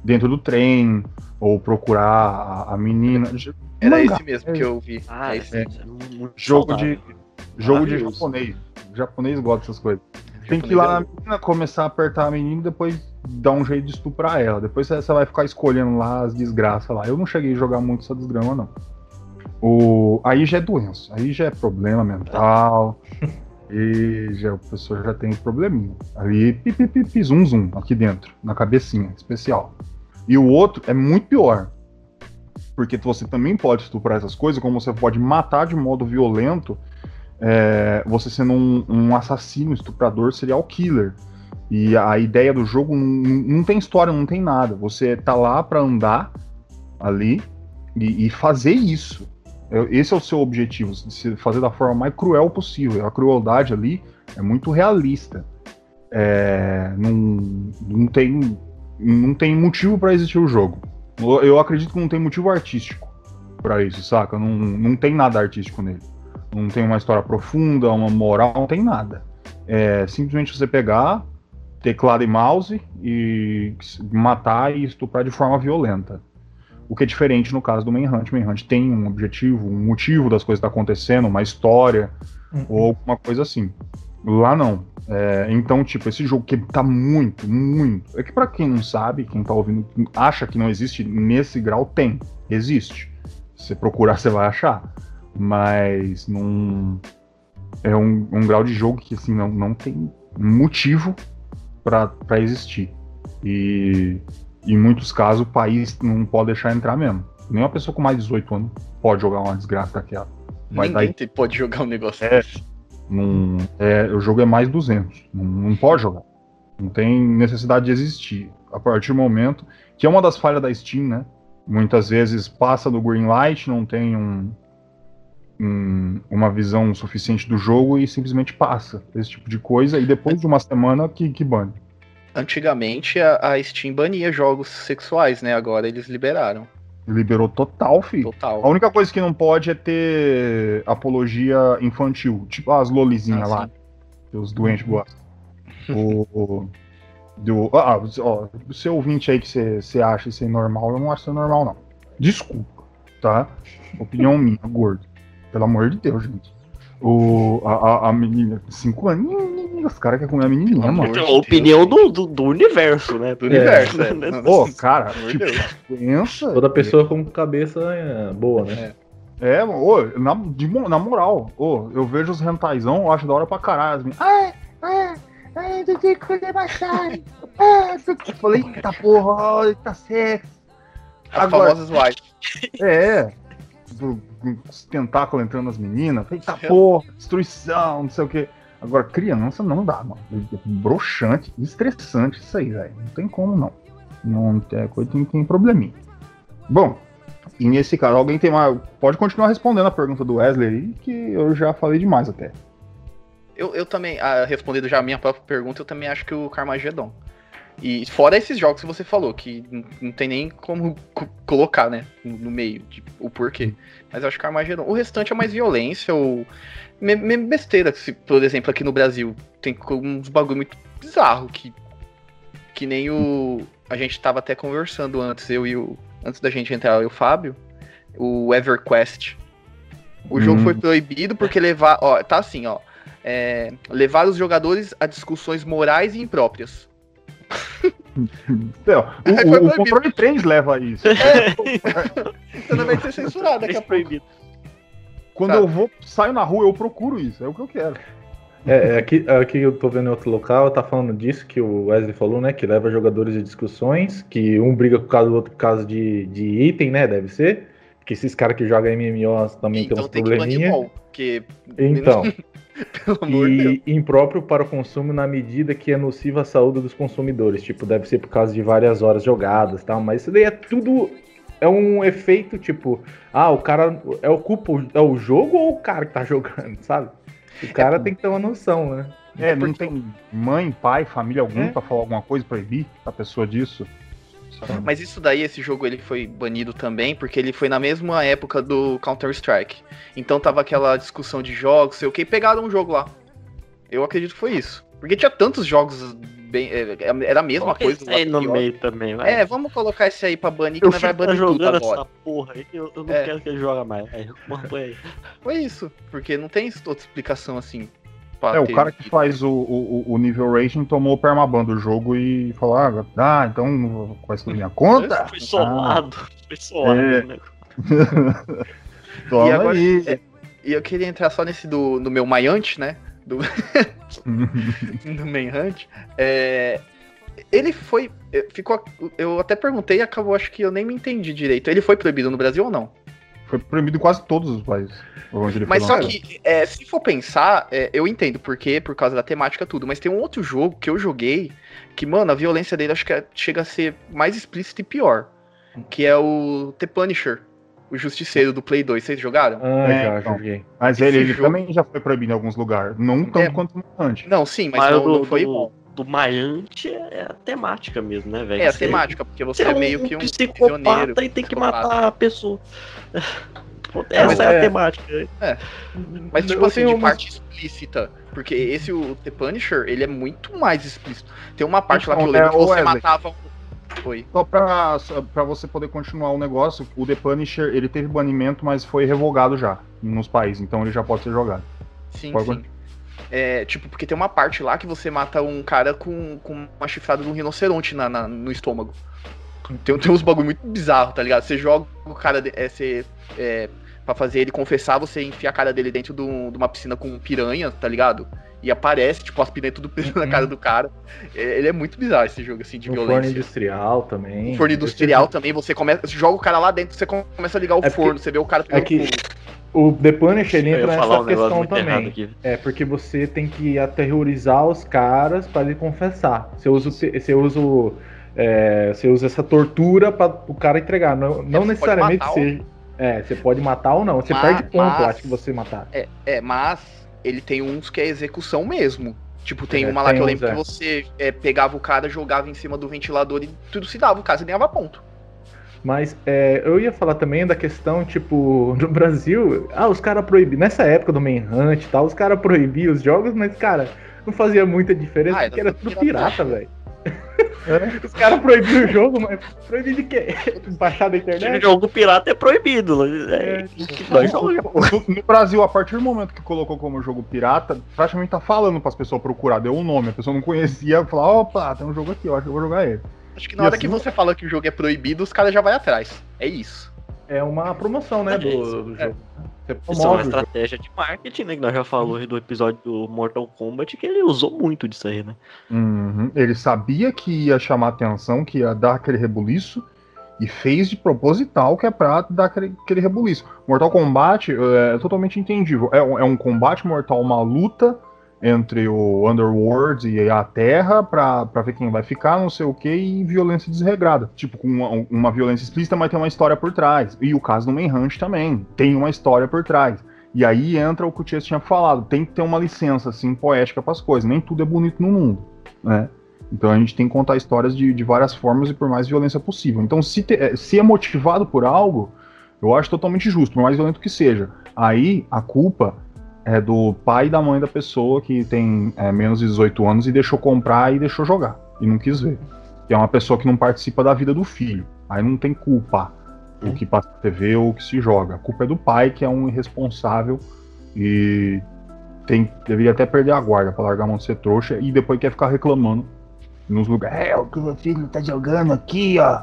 dentro do trem, ou procurar a, a menina. Era Mangá. esse mesmo que eu vi. Ah, é é, esse. é muito Jogo de, saudável. jogo de Maravilhoso. japonês. O japonês gosta dessas coisas. Tem que ir lá na menina, começar a apertar a menina e depois dar um jeito de estuprar ela. Depois você vai ficar escolhendo lá as desgraças lá. Eu não cheguei a jogar muito essa desgrama, não. O... Aí já é doença, aí já é problema mental. E já, o pessoa já tem probleminha. Ali, pipi, pipi, zum, zum, aqui dentro, na cabecinha, especial. E o outro é muito pior. Porque você também pode estuprar essas coisas, como você pode matar de modo violento, é, você sendo um, um assassino, estuprador, serial killer. E a ideia do jogo não, não tem história, não tem nada. Você tá lá pra andar ali e, e fazer isso. Esse é o seu objetivo, se fazer da forma mais cruel possível. A crueldade ali é muito realista. É, não, não, tem, não tem motivo pra existir o jogo. Eu acredito que não tem motivo artístico pra isso, saca? Não, não tem nada artístico nele. Não tem uma história profunda, uma moral, não tem nada. É simplesmente você pegar teclado e mouse e matar e estuprar de forma violenta. O que é diferente no caso do Manhunt. Manhunt tem um objetivo, um motivo das coisas que tá acontecendo, uma história, uhum. ou alguma coisa assim. Lá não. É, então, tipo, esse jogo que tá muito, muito... É que pra quem não sabe, quem tá ouvindo, acha que não existe nesse grau, tem. Existe. Se você procurar, você vai achar. Mas não... É um, um grau de jogo que, assim, não, não tem motivo pra, pra existir. E... Em muitos casos, o país não pode deixar entrar mesmo. Nem uma pessoa com mais de dezoito anos pode jogar uma desgraça daquela. Vai Ninguém dar... pode jogar um negócio é, desse. Não, é, o jogo é mais duzentos. Não, não pode jogar. Não tem necessidade de existir. A partir do momento... Que é uma das falhas da Steam, né? Muitas vezes passa do green light, não tem um, um, uma visão suficiente do jogo e simplesmente passa. Esse tipo de coisa. E depois de uma semana que, que bane. Antigamente a, a Steam bania jogos sexuais, né? Agora eles liberaram. Liberou total, filho. Total. A única coisa que não pode é ter apologia infantil. Tipo as lolizinhas ah, lá. Que os doentes gostam. o, o, do, ah, ó, o seu ouvinte aí que você acha isso aí normal, eu não acho isso normal, não. Desculpa, tá? Opinião minha, gordo. Pelo amor de Deus, gente. O, a, a, a menina de cinco anos, os caras querem comer a menininha, mano. Então, a opinião do, do, do universo, né? Do universo, é. é. Pô, cara, Pelo tipo, amor de pensa. Toda pessoa com cabeça é, boa, né? É, é ô, na, de, na moral, ô, eu vejo os rentaizão, eu acho da hora pra caralho. As meninas, ai, ai, ai, eu tenho que comer bastante. Ah, eu falei, eita porra, eita sexo. As Agora, famosas white. é, os tentáculos entrando nas meninas, eita porra, destruição, não sei o que. Agora, criança não dá, mano. É broxante, estressante isso aí, velho. Não tem como, não. Não tem coisa, tem, tem probleminha. Bom, e nesse caso, alguém tem mais... Pode continuar respondendo a pergunta do Wesley aí, que eu já falei demais até. Eu, eu também, ah, respondendo já a minha própria pergunta, eu também acho que o Carmageddon. E fora esses jogos que você falou, que não, não tem nem como co- colocar, né, no, no meio, de, o porquê. Mas eu acho que o Carmageddon. O restante é mais violência ou me, me besteira. Se, por exemplo, aqui no Brasil tem uns bagulho muito bizarro que, que nem o... A gente tava até conversando antes, eu e o... Antes da gente entrar, eu e o Fábio, o EverQuest. O hum. jogo foi proibido porque levar... Ó, tá assim, ó. É, levar os jogadores a discussões morais e impróprias. Não, o, o, o controle três leva a isso. É, você não vai ser censurado daqui a pouco. Quando tá. eu vou, saio na rua, eu procuro isso, é o que eu quero. É, aqui, aqui eu tô vendo em outro local, tá falando disso que o Wesley falou, né? Que leva jogadores a discussões, que um briga com o caso do outro por causa de, de item, né? Deve ser. Porque esses caras que jogam M M O também então tem uns probleminha. Que porque... Então. Pelo amor de Deus. E impróprio para o consumo na medida que é nociva à saúde dos consumidores. Tipo, deve ser por causa de várias horas jogadas e tal. Mas isso daí é tudo... É um efeito, tipo... Ah, o cara... É o culpa... É o jogo ou o cara que tá jogando, sabe? O cara é, tem que ter uma noção, né? É, não tem mãe, pai, família algum é. pra falar alguma coisa, proibir a pessoa disso. Mas isso daí, esse jogo ele foi banido também, porque ele foi na mesma época do Counter-Strike. Então tava aquela discussão de jogos, sei o que, e pegaram um jogo lá. Eu acredito que foi isso. Porque tinha tantos jogos bem, é, era a mesma Coloca coisa. esse aí no pior. meio também, vai. É, vamos colocar esse aí pra banir, que Eu nós vai fico banir tudo jogando agora. essa porra aí, eu, eu não É. quero que ele jogue mais. Aí, mano, põe aí. Foi isso, porque não tem outra explicação assim. pra É, o ter cara que vivido. faz o, o, o nível rating tomou o permaban do jogo e falou, ah, ah então vai excluir minha conta? Foi solado, foi solado. É. Né? Toma E agora- aí. é- E eu queria entrar só nesse do, do meu Manhunt, né? Do, do Manhunt. É, ele foi. é, Ficou, eu até perguntei e acabou, acho que eu nem me entendi direito. Ele foi proibido no Brasil ou não? Foi proibido em quase todos os países. Onde ele foi Mas só lançado. que, é, se for pensar, é, eu entendo por quê, por causa da temática tudo. Mas tem um outro jogo que eu joguei que, mano, a violência dele acho que é- chega a ser mais explícita e pior. Que é o The Punisher, o Justiceiro do Play dois. Vocês jogaram? Ah, É, já então. joguei. Mas esse ele, ele jogo- também já foi proibido em alguns lugares. Não tanto É. quanto o Manhunt. Não, sim, mas, Mas não, do, não foi do, bom. do Mayante é a temática mesmo, né, velho? É a Você- temática, porque você Você é meio que um prisioneiro. psicopata e tem que psicopata. matar a pessoa. mas Essa é, é- a temática. Mas, tipo Eu assim, tenho de uma- parte explícita. Porque esse, o The Punisher, ele é muito mais explícito. Tem uma parte lá que eu Então, lembro é, que ô, você Wesley. matava um. Foi. Só pra, só pra você poder continuar o negócio, o The Punisher, ele teve banimento, mas foi revogado já nos países, então ele já pode ser jogado. Sim, Pode sim. É, tipo, porque tem uma parte lá que você mata um cara com, com uma chifrada de um rinoceronte na, na- no estômago. Tem, tem uns bagulho muito bizarro, tá ligado? Você joga o cara. De, é, você, é, pra fazer ele confessar, você enfia a cara dele dentro de, um- de uma piscina com piranha, tá ligado? E aparece, tipo, as piranhas tudo preso na cara do cara. É, ele é muito bizarro esse jogo, assim, de No forno violência. industrial também. O forno industrial também, você começa. Você joga o cara lá dentro, você começa a ligar o É porque- forno, você vê o cara É pegando que fogo. o The Punisher ele Eu entra ia falar um nessa negócio questão muito errado também. aqui. É porque você tem que aterrorizar os caras pra ele confessar. Você usa, o te- você usa, o, é, você usa essa tortura pra o cara entregar. Não, não você necessariamente pode matar você. É, você pode matar ou não. Você Mas- perde ponto, mas- eu acho que você matar. É, é, mas ele tem uns que é execução mesmo. Tipo, tem É, uma lá tem que eu uns, lembro é. que você é, pegava o cara, jogava em cima do ventilador e tudo se dava, o cara você ganhava ponto. Mas é, eu ia falar também da questão, tipo, no Brasil, ah, os caras proibiam. Nessa época do Manhunt e tal, os caras proibiam os jogos, mas, cara, não fazia muita diferença, Ah, era porque era tudo tudo pirata, pirata. velho. Os caras proibiam o jogo, mas proibiam de quê? Baixar da O internet? jogo pirata é proibido. É, É, que nós jogamos. No, no Brasil, a partir do momento que colocou como jogo pirata, praticamente tá falando pras pessoas procurar, deu um nome, a pessoa não conhecia, falou, opa, tem um jogo aqui, eu acho que eu vou jogar ele. Acho que na E hora assim- que você fala que o jogo é proibido, os caras já vai atrás. É isso. É uma promoção, né, É do, isso, do é. jogo. Você Isso é uma promove o jogo. estratégia de marketing, né? Que nós já falamos aí do episódio do Mortal Kombat, que ele usou muito disso aí, né? Uhum. Ele sabia que ia chamar atenção, que ia dar aquele rebuliço, e fez de proposital que é pra dar aquele, aquele rebuliço. Mortal Kombat é totalmente entendível. É, um- é um combate mortal, uma luta entre o Underworld e a Terra pra, pra ver quem vai ficar, não sei o que, e violência desregrada. Tipo, com uma, uma violência explícita, mas tem uma história por trás. E o caso do Manhunt também, tem uma história por trás. E aí entra o que o Chess tinha falado, tem que ter uma licença, assim, poética pras coisas. Nem tudo é bonito no mundo, né? Então a gente tem que contar histórias de, de várias formas e por mais violência possível. Então se, te- se é motivado por algo, eu acho totalmente justo, por mais violento que seja. Aí a culpa é do pai e da mãe da pessoa que tem é, menos de dezoito anos e deixou comprar e deixou jogar. E não quis ver. Que é uma pessoa que não participa da vida do filho. Aí não tem culpa o que passa na T V ou o que se joga. A culpa é do pai, que é um irresponsável e tem, deveria até perder a guarda pra largar a mão de ser trouxa e depois quer ficar reclamando nos lugares. É, o que meu filho tá jogando aqui, ó.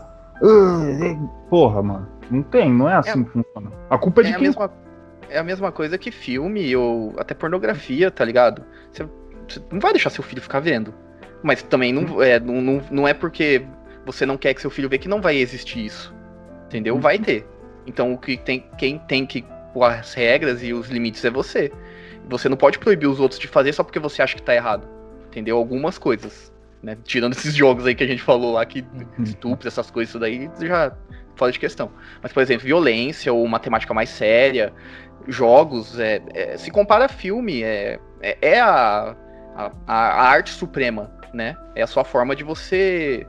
Uh, porra, mano. Não tem, não é assim É- que funciona. A culpa é de É a, quem... mesma, é a mesma coisa que filme ou até pornografia, tá ligado? Você, você não vai deixar seu filho ficar vendo. Mas também não é, não, não, não é porque você não quer que seu filho veja que não vai existir isso. Entendeu? Vai ter. Então o que tem, quem tem que pôr as regras e os limites é você. Você não pode proibir os outros de fazer só porque você acha que tá errado. Entendeu? Algumas coisas. Né? Tirando esses jogos aí que a gente falou lá, que estupros, essas coisas, isso daí já fora de questão. Mas, por exemplo, violência ou uma temática mais séria, jogos, é, é, se compara a filme, é, é, é a, a, a arte suprema, né? É a sua forma de você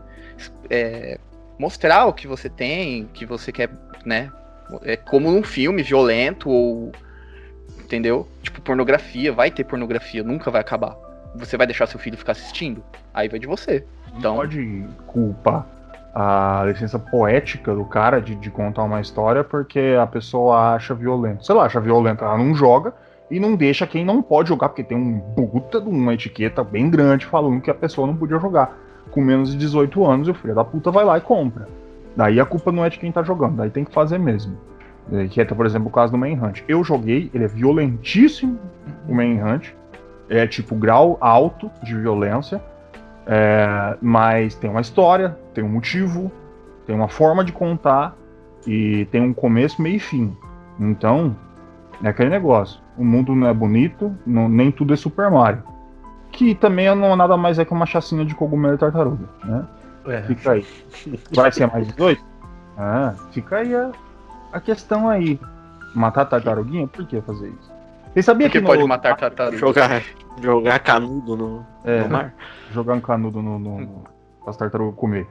é, mostrar o que você tem, que você quer, né? É como um filme violento ou... Entendeu? Tipo, pornografia, vai ter pornografia, nunca vai acabar. você vai deixar seu filho ficar assistindo? Aí vai de você. Então, Não pode culpar a licença poética do cara de, de contar uma história porque a pessoa acha violento. Sei lá, acha violento, ela não joga e não deixa quem não pode jogar, porque tem um puta de uma etiqueta bem grande falando que a pessoa não podia jogar com menos de dezoito anos e o filho da puta vai lá e compra. Daí a culpa não é de quem tá jogando, daí tem que fazer mesmo. Que é, por exemplo, o caso do Manhunt. Eu joguei, ele é violentíssimo, o Manhunt. É tipo grau alto de violência. É, mas tem uma história, tem um motivo, tem uma forma de contar e tem um começo, meio e fim. Então, é aquele negócio. O mundo não é bonito, não, nem tudo é Super Mario. Que também não é nada mais é que uma chacina de cogumelo e tartaruga, né? É. Fica aí. Vai ser mais dezoito? Ah, fica aí a, a questão aí. Matar tartaruguinha? Por que fazer isso? Você sabia porque que pode no... matar tartaruga. Jogar, jogar canudo no, É. no mar. Jogar um canudo no, no, no as tartarugas comer.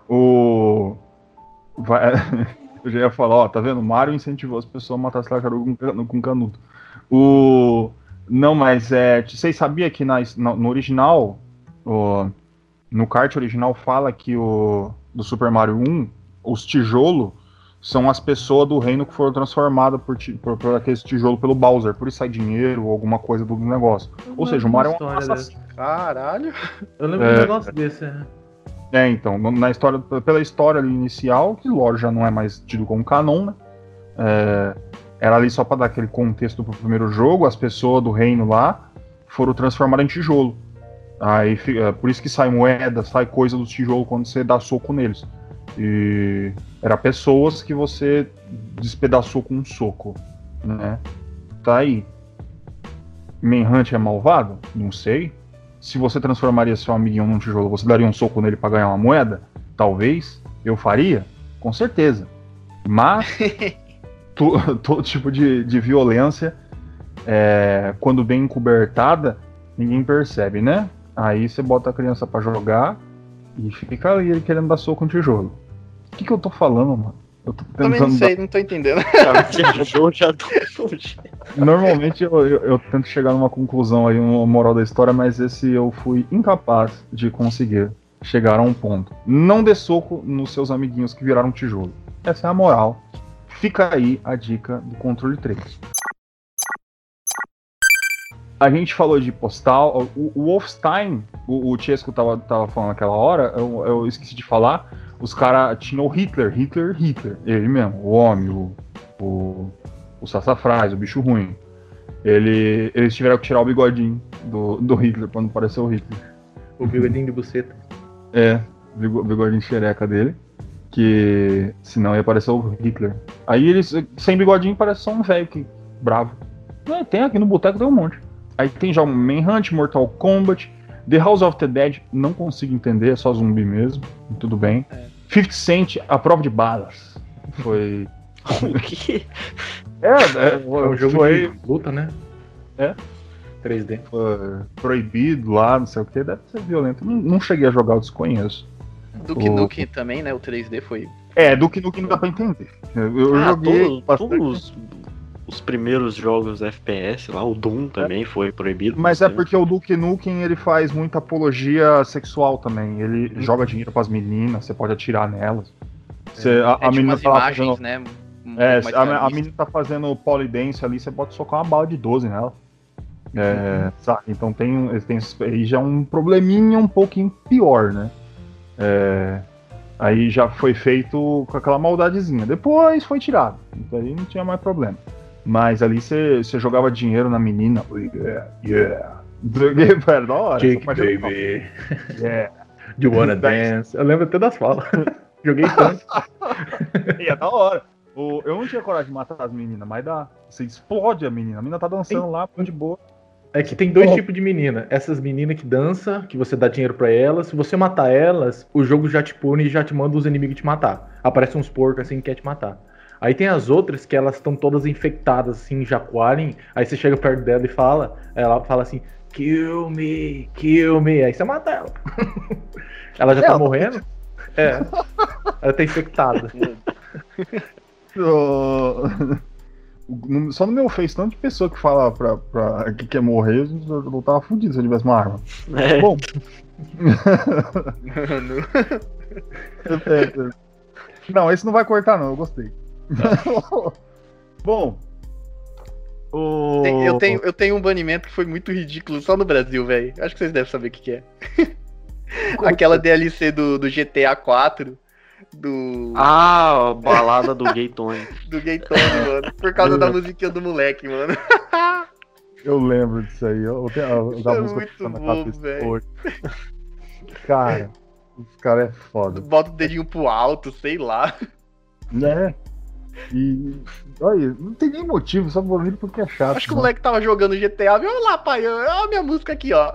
O vai... eu já ia falar, ó, tá vendo? Mario incentivou as pessoas a matar as tartarugas com, com canudo. O não, mas é, vocês sabiam que na, no original, o... no kart original fala que o do Super Mario um, os tijolos são as pessoas do reino que foram transformadas por, ti, por, por aqueles tijolos pelo Bowser, por isso sai dinheiro ou alguma coisa do negócio. Ou seja, o Mario é um assassino. Caralho. Eu lembro É. de um negócio desse. É. É, então, na história, pela história ali inicial, que lógico já não é mais tido como canon, né? É, era ali só pra dar aquele contexto pro primeiro jogo, as pessoas do reino lá foram transformadas em tijolo. Aí, é, por isso que sai moeda, sai coisa dos tijolos quando você dá soco neles. E era pessoas que você despedaçou com um soco, né? Tá aí. Manhunt é malvado? Não sei. Se você transformaria seu amiguinho num tijolo, você daria um soco nele pra ganhar uma moeda? Talvez. Eu faria? Com certeza. Mas to, todo tipo de, de violência, é, quando bem encobertada, ninguém percebe, né? Aí você bota a criança pra jogar e fica ali ele querendo dar soco no tijolo. O que, que eu tô falando, mano? Eu tô Também não tentando sei, não tô entendendo. Viajou já do Normalmente eu, eu, eu tento chegar numa conclusão aí, uma moral da história, mas esse eu fui incapaz de conseguir chegar a um ponto. Não dê soco nos seus amiguinhos que viraram tijolo. Essa é a moral. Fica aí a dica do controle três. A gente falou de postal. O, o Wolfenstein, o, o Chesco tava, tava falando naquela hora, eu, eu esqueci de falar. Os caras tinham o Hitler, Hitler, Hitler. Ele mesmo, o homem, o, o, o sassafrás, o bicho ruim. Ele, eles tiveram que tirar o bigodinho do, do Hitler pra não parecer o Hitler. O bigodinho de buceta. É, o bigodinho xereca dele. Que senão ia parecer o Hitler. Aí eles, sem bigodinho, parece só um velho que bravo. É, tem aqui no boteco, tem um monte. Aí tem já o Manhunt, Mortal Kombat, The House of the Dead, não consigo entender, é só zumbi mesmo, tudo bem. É. fifty Cent, A Prova de Balas. Foi... O quê? É, é, é um jogo foi... de luta, né? É. três D. Foi proibido lá, não sei o que, deve ser violento. Não, não cheguei a jogar, eu desconheço. Duke o... Nukem também, né? O três D foi... É, Duke Nukem não dá pra entender. Eu, eu ah, joguei... Todos, bastante... todos os primeiros jogos F P S lá, o Doom também é. foi proibido. Mas é porque o Duke Nukem, ele faz muita apologia sexual também. Ele hum. joga dinheiro pras meninas, você pode atirar nelas. Você, é, a, a é menina tipo tá imagens, fazendo... né? Um é, a, a menina tá fazendo polidense ali, você pode socar uma bala de doze nela. É, uhum. Sabe? Então tem, tem aí já um probleminha um pouquinho pior, né? É, aí já foi feito com aquela maldadezinha. Depois foi tirado. Então aí não tinha mais problema. Mas ali você jogava dinheiro na menina. Yeah, yeah. Era da hora. Jake, baby. Yeah. Do you wanna dance? Eu lembro até das falas. Joguei tanto. E é da hora. O, eu não tinha coragem de matar as meninas, mas dá. Você explode a menina. A menina tá dançando tem... lá, de boa. É que tem dois oh. tipos de menina. Essas meninas que dançam, que você dá dinheiro pra elas. Se você matar elas, o jogo já te pune e já te manda os inimigos te matar. Aparece uns porcos assim que quer te matar. Aí tem as outras que elas estão todas infectadas, assim, jacuarem. Aí você chega perto dela e fala, ela fala assim, kill me, kill me. Aí você mata ela. Ela já é, tá morrendo? Tô... É. Ela tá infectada. no- só no meu Face, tanto de pessoa que fala pra, pra, que quer morrer, eu não tava fudido se eu tivesse uma arma. É. Bom. Mano. É, é. Não, esse não vai cortar, não, eu gostei. Bom. O... Tem- eu, tenho, eu tenho um banimento que foi muito ridículo só no Brasil, velho. Acho que vocês devem saber o que, que é. Aquela D L C do, do G T A quatro. Do. Ah, a balada do Gay Tony. Do Gay Tony, mano. Por causa da musiquinha do moleque, mano. Eu lembro disso aí. Eu, eu, eu, Isso da é música muito na bobo, cabeça velho. hoje. Cara, os caras é foda. Bota o dedinho pro alto, sei lá. Né? E. Olha, não tem nem motivo, só vou vir porque é chato. Acho que o né? moleque tava jogando G T A. Viu lá, pai. Olha a minha música aqui, ó.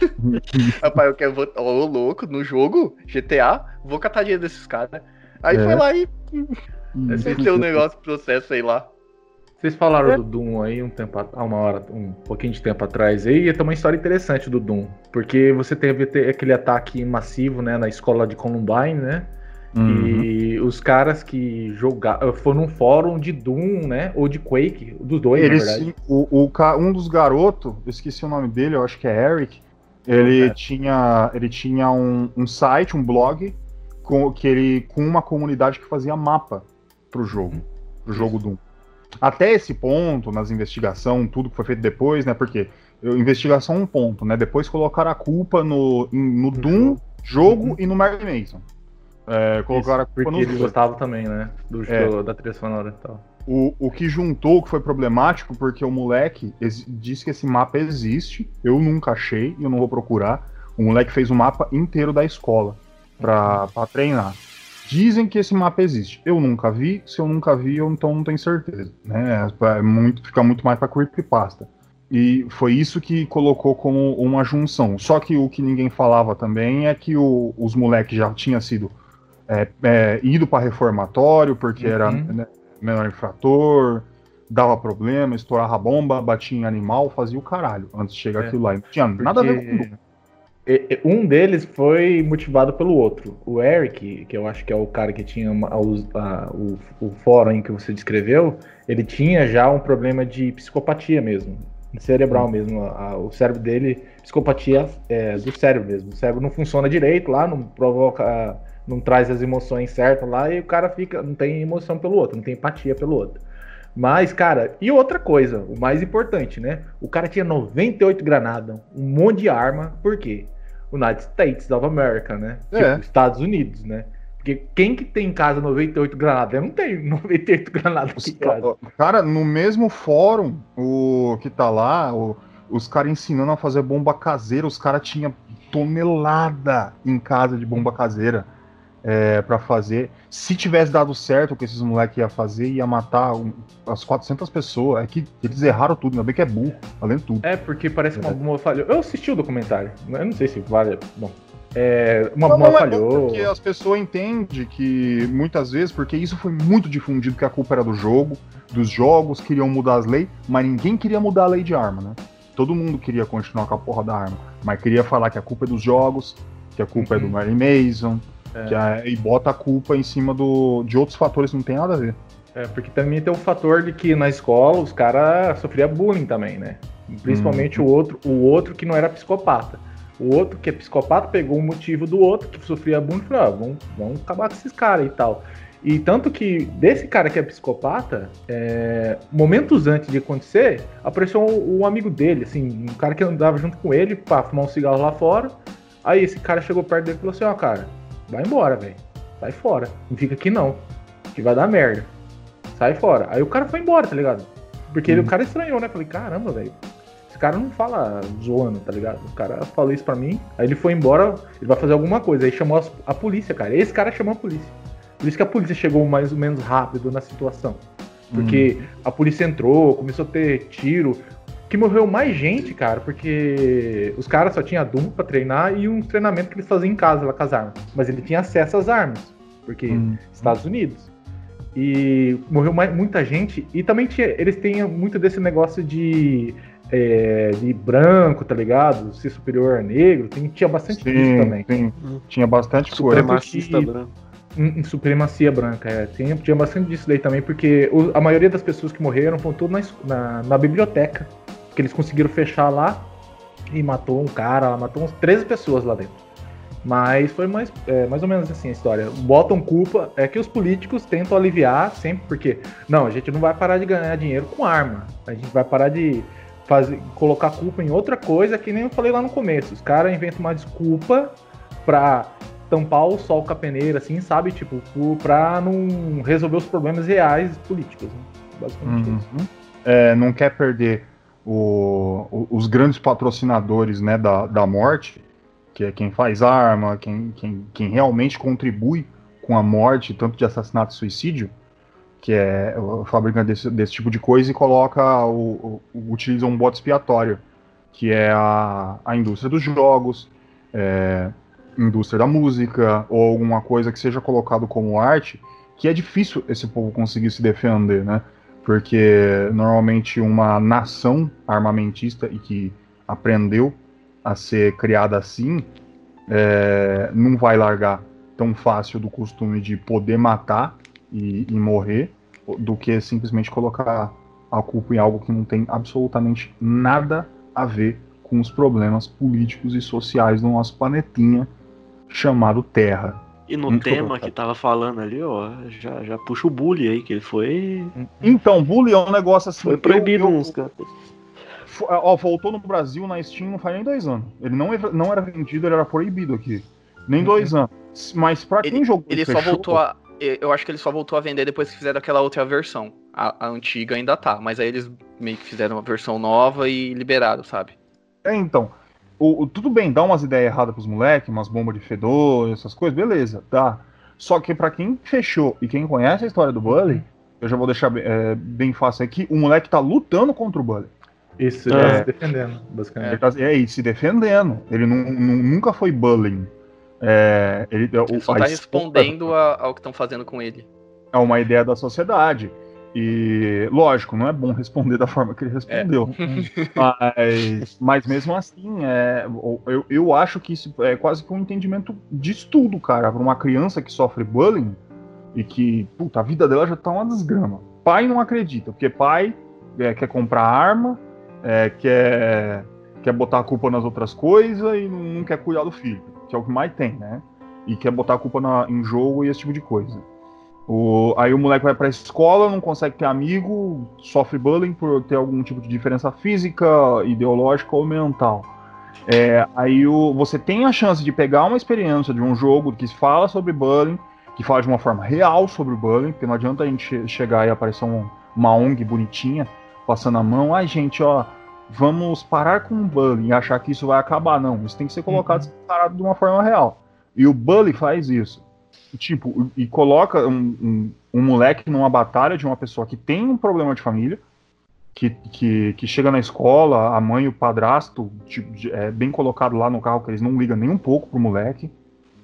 Aí, pai, eu quero votar. Ô, louco, no jogo, G T A, vou catar dinheiro desses caras. Aí É. foi lá e E- meteu o negócio, processo, sei lá. Vocês falaram do Doom aí um tempo, a- há uma hora, um pouquinho de tempo atrás aí, e tem uma história interessante do Doom, porque você teve te- aquele ataque massivo, né, na escola de Columbine, né, Uhum. e os caras que jogaram, foram num fórum de Doom, né, ou de Quake, dos dois, Ele, na verdade. sim, o, o, ca- um dos garotos, eu esqueci o nome dele, eu acho que é Eric. Ele É. tinha, ele tinha um, um site, um blog, com, que ele, com uma comunidade que fazia mapa pro jogo, pro jogo Doom. Até esse ponto, nas investigações, tudo que foi feito depois, né? Porque eu- investigação um ponto, né? Depois colocaram a culpa no, em- no Doom, jogo Uhum. e no Mary Mason. É, colocaram a Isso, culpa porque nos eles dois. gostavam também, né, do É. jogo, da trilha sonora e tal. O, o que juntou, que foi problemático, porque o moleque ex- disse que esse mapa existe, eu nunca achei, e eu não vou procurar. O moleque fez o mapa inteiro da escola pra, pra treinar. Dizem que esse mapa existe. Eu nunca vi, se eu nunca vi, eu então não tenho certeza. Né? É muito, fica muito mais pra creepypasta. E foi isso que colocou como uma junção. Só que o que ninguém falava também é que o- os moleques já tinham sido é, é, ido para reformatório, porque era Uhum. né, menor infrator, dava problema, estourava bomba, batia em animal, fazia o caralho antes de chegar É, aquilo lá. Não tinha nada a ver com Porque e- e- um deles foi motivado pelo outro. O Eric, que eu acho que é o cara que tinha uma- os- a- o, o fórum em que você descreveu, ele tinha já um problema de psicopatia mesmo, cerebral mesmo. A- a- o cérebro dele, psicopatia é, do cérebro mesmo. O cérebro não funciona direito lá, não provoca, não traz as emoções certas lá, e o cara fica, não tem emoção pelo outro, não tem empatia pelo outro. Mas, cara, e outra coisa, o mais importante, né? O cara tinha noventa e oito granadas, um monte de arma, por quê? United States of America, né? É. Tipo, Estados Unidos, né? Porque quem que tem em casa noventa e oito granadas? Eu não tenho noventa e oito granadas aqui em casa. Cara, no mesmo fórum, o que tá lá, o- os caras ensinando a fazer bomba caseira, os caras tinham tonelada em casa de bomba caseira é, para fazer. Se tivesse dado certo o que esses moleques iam fazer, ia matar um- as quatrocentas pessoas. É que eles erraram tudo, ainda bem que é burro, além de tudo. É, porque parece que uma bomba falhou. Eu assisti o documentário, eu não sei se vale. Bom, é, uma bomba Não, é falhou. porque as pessoas entendem que muitas vezes, porque isso foi muito difundido, que a culpa era do jogo, dos jogos, queriam mudar as leis, mas ninguém queria mudar a lei de arma, né? Todo mundo queria continuar com a porra da arma, mas queria falar que a culpa é dos jogos, que a culpa Uhum. é do Mary Mason, É. que a- e bota a culpa em cima do, de outros fatores que não tem nada a ver. É, porque também tem o fator de que na escola os caras sofriam bullying também, né? Principalmente Hum. o outro, o outro que não era psicopata. O outro que é psicopata pegou o motivo do outro que sofria bullying e falou, ah, vamos, vamos acabar com esses caras e tal. E tanto que desse cara que é psicopata, é, momentos antes de acontecer, apareceu um, um amigo dele, assim, um cara que andava junto com ele pra fumar um cigarro lá fora. Aí esse cara chegou perto dele e falou assim, ó, cara, vai embora, velho. Sai fora. Não fica aqui não. Que vai dar merda. Sai fora. Aí o cara foi embora, tá ligado? Porque ele, Hum. o cara estranhou, né? Falei, caramba, velho. Esse cara não fala zoando, tá ligado? O cara falou isso pra mim. Aí ele foi embora, ele vai fazer alguma coisa. Aí chamou as- a polícia, cara. Esse cara chamou a polícia. Por isso que a polícia chegou mais ou menos rápido na situação. Porque a polícia entrou, começou a ter tiro. Que morreu mais gente, cara, porque os caras só tinham Doom pra treinar e um treinamento que eles faziam em casa lá com as armas. Mas ele tinha acesso às armas, porque Hum. Estados Unidos. E morreu mais, muita gente. E também tinha, eles têm muito desse negócio de, é, de branco, tá ligado? Ser superior a negro. Tem, tinha bastante disso Sim, também. sim. Tinha bastante coisa. Supremacista que- branco. Em, em supremacia branca, é. Tinha, tinha bastante disso daí também, porque o, a maioria das pessoas que morreram foram tudo na, na, na biblioteca. Que eles conseguiram fechar lá e matou um cara, matou uns treze pessoas lá dentro. Mas foi mais, é, mais ou menos assim a história. Botam culpa, é que os políticos tentam aliviar sempre, porque não, a gente não vai parar de ganhar dinheiro com arma. A gente vai parar de fazer, colocar culpa em outra coisa, que nem eu falei lá no começo. Os caras inventam uma desculpa pra tampar o sol com a peneira, assim, sabe? Tipo, pra não resolver os problemas reais políticos, né? Basicamente Uhum. isso. É, não quer perder o, o- os grandes patrocinadores, né, da, da morte, que é quem faz arma, quem, quem, quem realmente contribui com a morte, tanto de assassinato e suicídio, que é o fabricante desse, desse tipo de coisa, e coloca o, o, utiliza um bode expiatório, que é a, a indústria dos jogos, é, indústria da música, ou alguma coisa que seja colocado como arte, que é difícil esse povo conseguir se defender, né? Porque normalmente uma nação armamentista e que aprendeu a ser criada assim, é, não vai largar tão fácil do costume de poder matar e, e morrer, do que simplesmente colocar a culpa em algo que não tem absolutamente nada a ver com os problemas políticos e sociais do nosso planetinha chamado Terra. E no Muito tema complicado. que tava falando ali, ó, já, já puxa o bullying aí, que ele foi. Então, bullying é um negócio assim. Foi proibido eu, eu, uns, cara. F- Ó, voltou no Brasil na Steam não faz nem dois anos. Ele não, era- não era vendido, ele era proibido aqui. Nem dois anos. Mas pra quem Ele, jogou e ele só fechou, voltou a. Eu acho que ele só voltou a vender depois que fizeram aquela outra versão. A, a antiga ainda tá, mas aí eles meio que fizeram uma versão nova e liberaram, sabe? É, então. O, o- tudo bem, dá umas ideias erradas pros moleques, umas bombas de fedor, essas coisas, beleza, dá. Só que pra quem fechou e quem conhece a história do Bully, eu já vou deixar é, bem fácil aqui, o moleque tá lutando contra o Bully. Isso, ele É. tá se defendendo, basicamente. Ele tá é, e se defendendo. Ele não, não- nunca foi bullying. É, ele, Ele o, só a tá escola respondendo a- ao que estão fazendo com ele. é uma ideia da sociedade. E, lógico, não é bom responder da forma que ele respondeu. Mas, mas mesmo assim, é, eu, eu acho que isso é quase que um entendimento de estudo, cara. Para uma criança que sofre bullying e que, puta, a vida dela já tá uma desgrama. Pai não acredita, porque pai é, quer comprar arma, é, quer, quer botar a culpa nas outras coisas e não quer cuidar do filho, que é o que mais tem, né? E quer botar a culpa na, em jogo e esse tipo de coisa. O, aí o moleque vai pra escola, não consegue ter amigo, sofre bullying por ter algum tipo de diferença física, ideológica ou mental. É, aí o, você tem a chance de pegar uma experiência de um jogo que fala sobre bullying, que fala de uma forma real sobre o bullying, porque não adianta a gente che- chegar e aparecer um, uma O N G bonitinha, passando a mão, ai gente, ó, vamos parar com o bullying e achar que isso vai acabar. Não, isso tem que ser colocado separado de uma forma real. E o bullying faz isso. Tipo, e coloca um, um, um moleque numa batalha de uma pessoa que tem um problema de família, que, que, que chega na escola, a mãe e o padrasto, tipo, de- é bem colocado lá no carro, que eles não ligam nem um pouco pro moleque.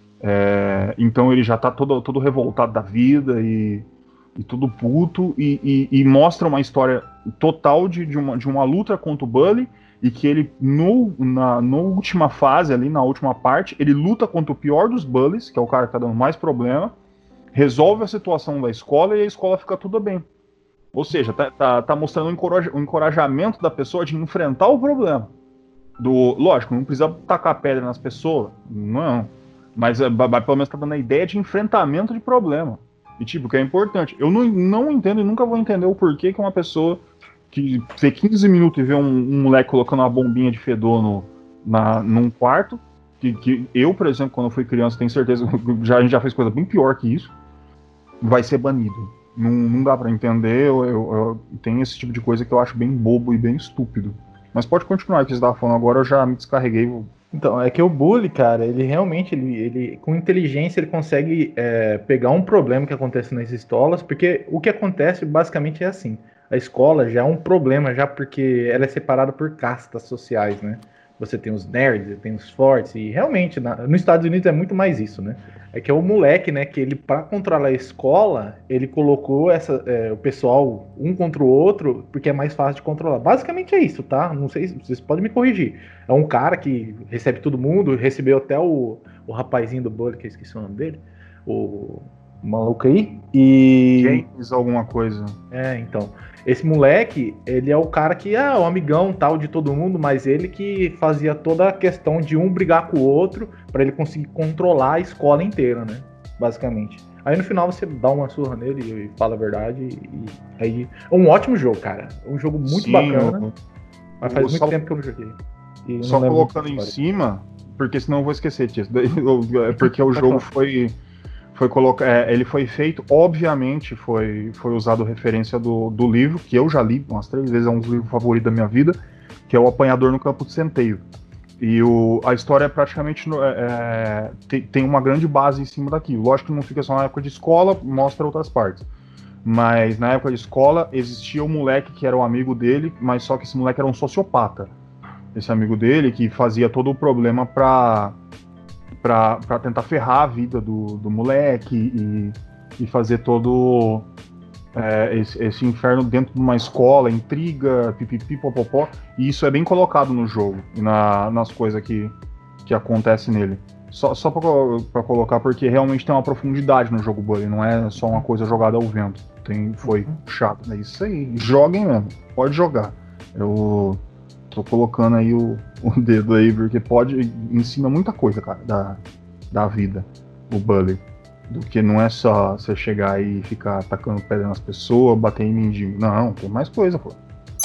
É, então ele já tá todo, todo revoltado da vida e, e tudo puto, e, e, e mostra uma história total de, de, uma, de uma luta contra o bully, e que ele, no, na, na última fase ali, na última parte, ele luta contra o pior dos bullies, que é o cara que tá dando mais problema, resolve a situação da escola e a escola fica tudo bem. Ou seja, tá, tá, tá mostrando um encoraja- um encorajamento da pessoa de enfrentar o problema. Do, lógico, não precisa tacar pedra nas pessoas, não. Mas é, ba- ba- pelo menos tá dando a ideia de enfrentamento de problema. E tipo, que é importante. Eu não, não entendo e nunca vou entender o porquê que uma pessoa que vê quinze minutos e vê um, um moleque colocando uma bombinha de fedor no, na, num quarto, que, que eu, por exemplo, quando eu fui criança, tenho certeza que já, a gente já fez coisa bem pior que isso, vai ser banido. Não, não dá pra entender, eu, eu, eu- tem esse tipo de coisa que eu acho bem bobo e bem estúpido. Mas pode continuar, que você estava falando agora, eu já me descarreguei. vou- Então, é que o bully, cara, ele realmente, ele, ele com inteligência, ele consegue é, pegar um problema que acontece nas escolas, porque o que acontece basicamente é assim, a escola já é um problema, já porque ela é separada por castas sociais, né? Você tem os nerds, tem os fortes, e realmente, na, nos Estados Unidos é muito mais isso, né? É que é o moleque, né, que ele, pra controlar a escola, ele colocou essa, é, o pessoal um contra o outro, porque é mais fácil de controlar. Basicamente é isso, tá? Não sei, se vocês podem me corrigir. É um cara que recebe todo mundo, recebeu até o, o rapazinho do bully, que eu esqueci o nome dele, o, maluco aí. E. James alguma coisa. É, então. Esse moleque, ele é o cara que é o amigão tal de todo mundo, mas ele que fazia toda a questão de um brigar com o outro pra ele conseguir controlar a escola inteira, né? Basicamente. Aí no final você dá uma surra nele e fala a verdade. E aí é um ótimo jogo, cara. Um jogo muito Sim, bacana. o- Mas faz o muito só- tempo que eu não joguei. E não Só lembro colocando em muito da história. cima, porque senão eu vou esquecer disso. Daí eu- É porque o jogo foi. Foi coloca... é, ele foi feito, obviamente, foi, foi usado referência do, do livro, que eu já li umas três vezes, é um dos livros favoritos da minha vida, que é O Apanhador no Campo de Centeio. E o, a história é praticamente. no- é, é, tem, tem uma grande base em cima daquilo. Lógico que não fica só na época de escola, mostra outras partes. Mas na época de escola existia um moleque que era o amigo dele, mas só que esse moleque era um sociopata. Esse amigo dele que fazia todo o problema pra. Pra, pra tentar ferrar a vida do, do moleque e, e fazer todo é, esse, esse inferno dentro de uma escola, intriga, pipipi, popopó. E isso é bem colocado no jogo e na, nas coisas que, que acontecem nele. Só, só pra, pra colocar, porque realmente tem uma profundidade no jogo Bully, não é só uma coisa jogada ao vento. Tem, foi chato, é isso aí. Joguem mesmo, pode jogar. Eu tô colocando aí o, o dedo aí, porque pode. Ensina muita coisa, cara, da, da vida, o Bully. Do que não é só você chegar e ficar atacando pedra nas pessoas, bater em mendigo. Não, tem mais coisa, pô.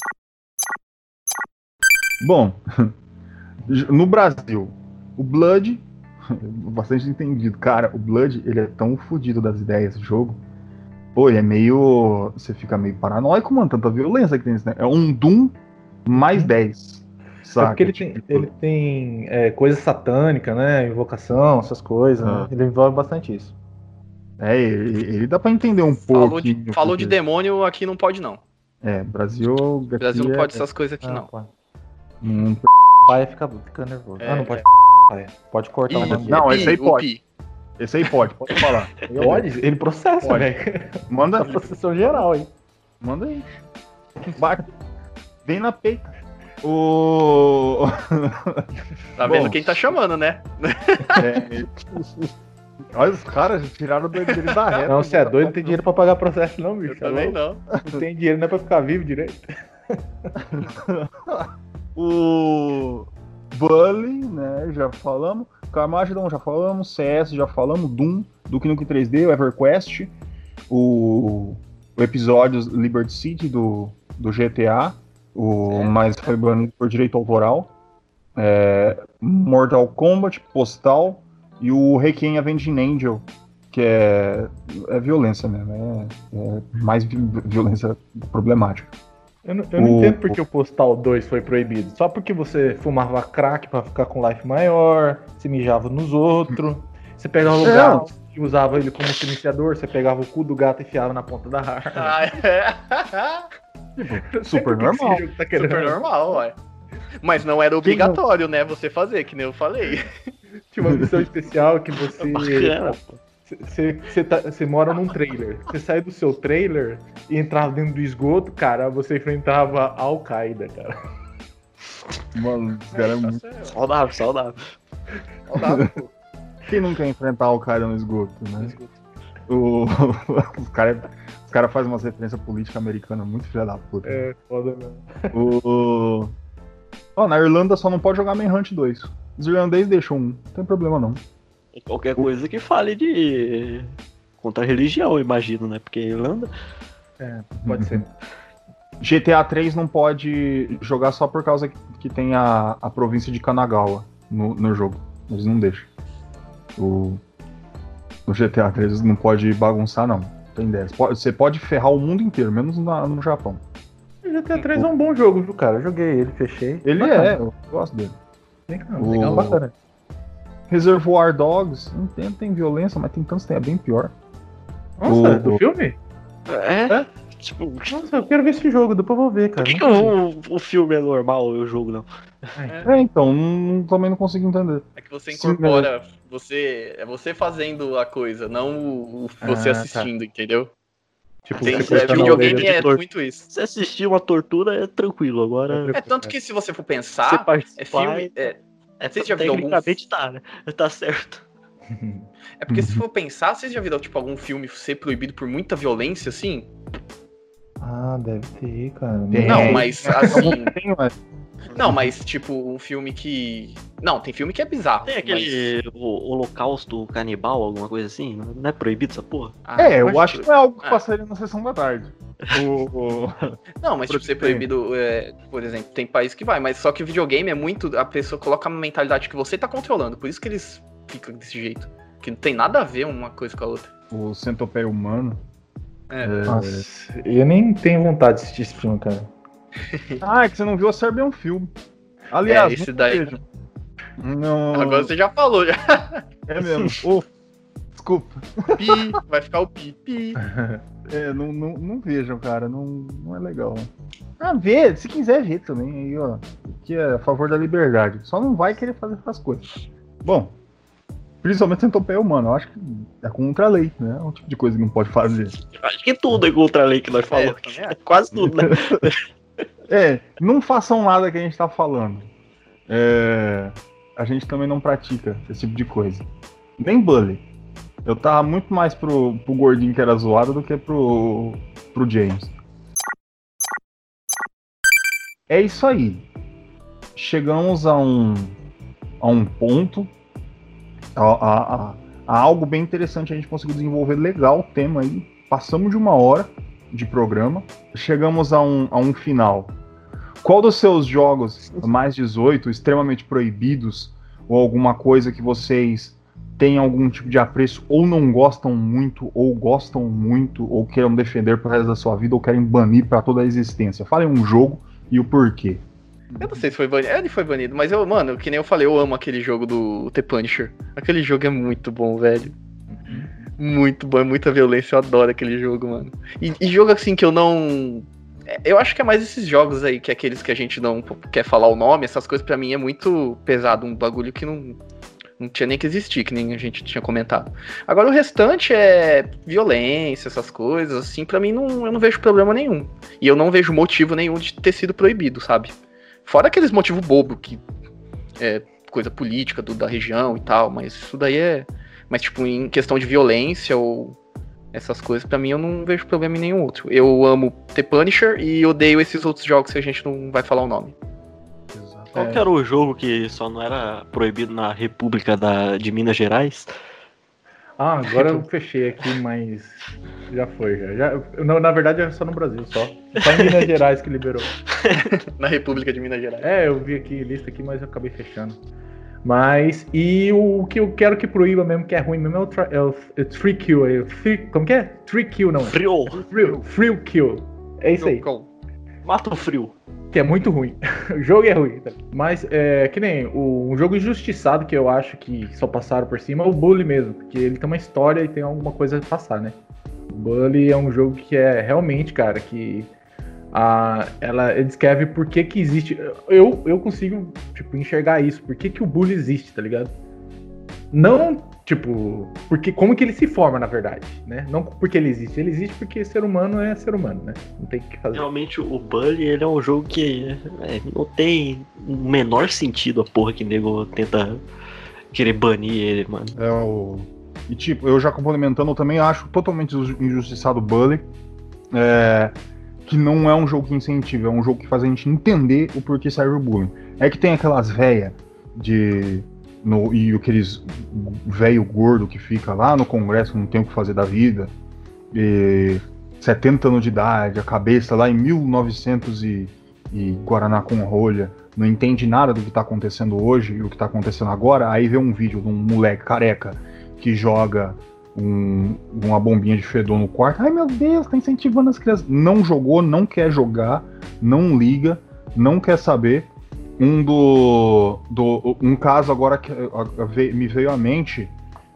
Bom, no Brasil, o Blood, bastante entendido. Cara, o Blood, ele é tão fodido das ideias do jogo. Pô, ele é meio. Você fica meio paranoico, mano. Tanta violência que tem nesse, né? É um Doom mais dez. É Saca? porque ele tem, Tipo, ele tem é, coisa satânica, né? Invocação, essas coisas, Ah. né? Ele envolve bastante isso. É, ele, ele dá pra entender um Falou pouco. de, falou de demônio, aqui não pode, não. É, Brasil. O Aqui Brasil não é, pode essas coisas aqui, Ah, não. pode. Não, Pai fica, fica nervoso. É, ah, não pode. é. Pai. Pode cortar o Ih, nome Não, dele. esse aí o pode. Pi. esse aí pode, pode falar. Pode? Ele processa, Pode. velho. Manda, Na processão geral, hein? manda aí. Bate. Vem na peita. O. Tá Bom. vendo quem tá chamando, né? É, olha, os caras tiraram o doido dele da reta. Não, você é doido, não tem dinheiro pra pagar processo, não, bicho. Eu também não. Não tem dinheiro, não é pra ficar vivo direito. O Bully, né? Já falamos. Carmageddon já falamos. C S já falamos. Doom, Duke Nukem três D, o EverQuest. O, o episódio Liberty City do, do G T A. O, É. mas foi banido por direito autoral. É, Mortal Kombat, Postal. E o Requiem Avenging Angel. Que é, é violência mesmo. É, é mais vi- violência problemática. Eu não, eu não O- entendo porque o Postal dois foi proibido. Só porque você fumava crack pra ficar com life maior, se mijava nos outros, você pegava o É. gato e usava ele como silenciador, você pegava o cu do gato e enfiava na ponta da arma. Ah, é. Eu sei super por que que esse normal. jogo tá querendo- Super normal, ué. Mas não era obrigatório, né? Você fazer, que nem eu falei. Tinha uma missão especial que você. Bacana, pô. Você, você, tá- você mora num trailer. Você sai do seu trailer e entrava dentro do esgoto, cara, você enfrentava a Al-Qaeda, cara. Mano, os caras é Tá muito. certo. Saudável, saudável. Saudável, pô. Quem não quer enfrentar o cara no esgoto, No né? esgoto. O... os caras os cara fazem umas referências política americana muito filha da puta. É, foda mesmo. O... Ó, na Irlanda só não pode jogar Manhunt dois. Os irlandeses deixam um, não tem problema não. Qualquer coisa que fale de. Contra a religião, eu imagino, né? Porque a Irlanda. É, pode ser. G T A três não pode jogar só por causa que, que tem a, a província de Kanagawa no, no jogo. Eles não deixam. O, no G T A três não pode bagunçar, não. Tem ideia. Você pode, você pode ferrar o mundo inteiro, menos na- no Japão. O G T A três é um bom jogo, viu, cara? Eu joguei ele, fechei. Ele Bacana. é, eu gosto dele. Legal, O- legal, bacana. Reservoir Dogs, não tem, tem violência, mas tem tantos que é bem pior. Nossa, O- do filme? É. É? Tipo, Nossa, eu quero ver esse jogo, depois eu vou ver, por cara. que, que Não o, o filme é normal e o jogo não? É, então, não- também não consigo entender. É que você Sim, incorpora, você, é você fazendo a coisa, não o, o você Ah, tá. assistindo, entendeu? Tipo, Tem, você é, cortando a videogame orelha. é de muito isso. Se assistir uma tortura é tranquilo, agora. É tanto que se você for Você pensar, é participar, filme. É, é, Vocês já viram tecnicamente tá, né? Tá certo. É porque se for pensar, vocês já viram, tipo, algum filme ser proibido por muita violência, assim? Ah, deve ter, cara. Tem. Não, É. mas assim... Tem, mas- Não, mas tipo, um filme que... Não, tem filme que é bizarro. Tem aquele o, holocausto canibal, alguma coisa assim? Não é proibido essa porra? Mas... Ah, É, eu acho que não é algo que Ah. passaria na sessão da tarde. O, o- Não, mas tipo, ser proibido, é, por exemplo, tem país que vai, mas só que o videogame é muito... A pessoa coloca uma mentalidade que você tá controlando, por isso que eles ficam desse jeito. Que não tem nada a ver uma coisa com a outra. o centopeia humano. É. Nossa, eu nem tenho vontade de assistir esse filme, cara. Ah, é que você não viu a Serbian Film. Aliás, É, esse não daí- vejo. Não. Agora você já falou, já. É mesmo. Ô, desculpa. Pi, vai ficar o pi, pi. É, não, não, não vejam, cara. Não, não é legal. Ah, vê, se quiser ver também, aí, ó. Que é a favor da liberdade. Só não vai querer fazer essas coisas. Bom, principalmente centopeia humano. Eu acho que é contra a lei, né? É um tipo de coisa que não pode fazer. Acho que tudo é contra a lei que nós falamos. É, também acho. Quase tudo, né? É, não façam nada que a gente tá falando. É, a gente também não pratica esse tipo de coisa. Nem bully. Eu tava muito mais pro, pro gordinho que era zoado do que pro, pro James. É isso aí. Chegamos a um, a um ponto, a, a, a, a algo bem interessante. A gente conseguiu desenvolver legal o tema aí. Passamos de uma hora de programa. Chegamos a um, a um final. Qual dos seus jogos mais dezoito, extremamente proibidos, ou alguma coisa que vocês têm algum tipo de apreço, ou não gostam muito, ou gostam muito, ou queiram defender pro resto da sua vida, ou querem banir pra toda a existência? Falem um jogo e o porquê. Eu não sei se foi banido. Ele foi banido, mas eu, mano, que nem eu falei, eu amo aquele jogo do The Punisher. Aquele jogo é muito bom, velho. Muito bom, é muita violência, eu adoro aquele jogo, mano. E, e jogo assim que eu não... Eu acho que é mais esses jogos aí, que é aqueles que a gente não quer falar o nome, essas coisas pra mim é muito pesado, um bagulho que não, não tinha nem que existir, que nem a gente tinha comentado. Agora o restante é violência, essas coisas, assim, pra mim não, eu não vejo problema nenhum. E eu não vejo motivo nenhum de ter sido proibido, sabe? Fora aqueles motivos bobo, que é coisa política do, da região e tal, mas isso daí é... Mas tipo, em questão de violência ou... Essas coisas, pra mim, eu não vejo problema em nenhum outro. Eu amo The Punisher e odeio esses outros jogos que a gente não vai falar o nome. Qual que era o jogo que só não era proibido na República da, de Minas Gerais? Ah, agora eu fechei aqui, mas já foi. Já. Já, não, na verdade é só no Brasil, só. Só em Minas Gerais que liberou. Na República de Minas Gerais. É, eu vi aqui lista aqui, mas eu acabei fechando. Mas, e o que eu quero que proíba mesmo, que é ruim mesmo, é o, tra- é o, é o Free Kill. É o free, como que é? Free Kill, não. Frio. Free, free Kill. É isso aí. Mata o frio. Que é muito ruim. O jogo é ruim. Tá? Mas, é, que nem o, um jogo injustiçado que eu acho que só passaram por cima é o Bully mesmo. Porque ele tem uma história e tem alguma coisa a passar, né? O Bully é um jogo que é realmente, cara, que... Ah, ela descreve por que que existe. Eu, eu consigo, tipo, enxergar isso. Por que que o bullying existe, tá ligado? Não, tipo, porque como que ele se forma, na verdade, né? Não porque ele existe. Ele existe porque ser humano é ser humano, né? Não tem o que fazer. Realmente o Bully, ele é um jogo que é, não tem o menor sentido a porra que o nego tenta querer banir ele, mano. É o... E tipo, eu já complementando, eu também acho totalmente injustiçado o Bully. É... Que não é um jogo que incentiva, é um jogo que faz a gente entender o porquê serve o bullying. É que tem aquelas véia de... No, e aqueles velho gordo que fica lá no Congresso, não tem o que fazer da vida, e setenta anos de idade, a cabeça lá em mil e novecentos e, e Guaraná com rolha, não entende nada do que tá acontecendo hoje e o que tá acontecendo agora, aí vê um vídeo de um moleque careca que joga um, uma bombinha de fedor no quarto, ai meu Deus, tá incentivando as crianças. Não jogou, não quer jogar, não liga, não quer saber. Um do, do um caso agora que me veio à mente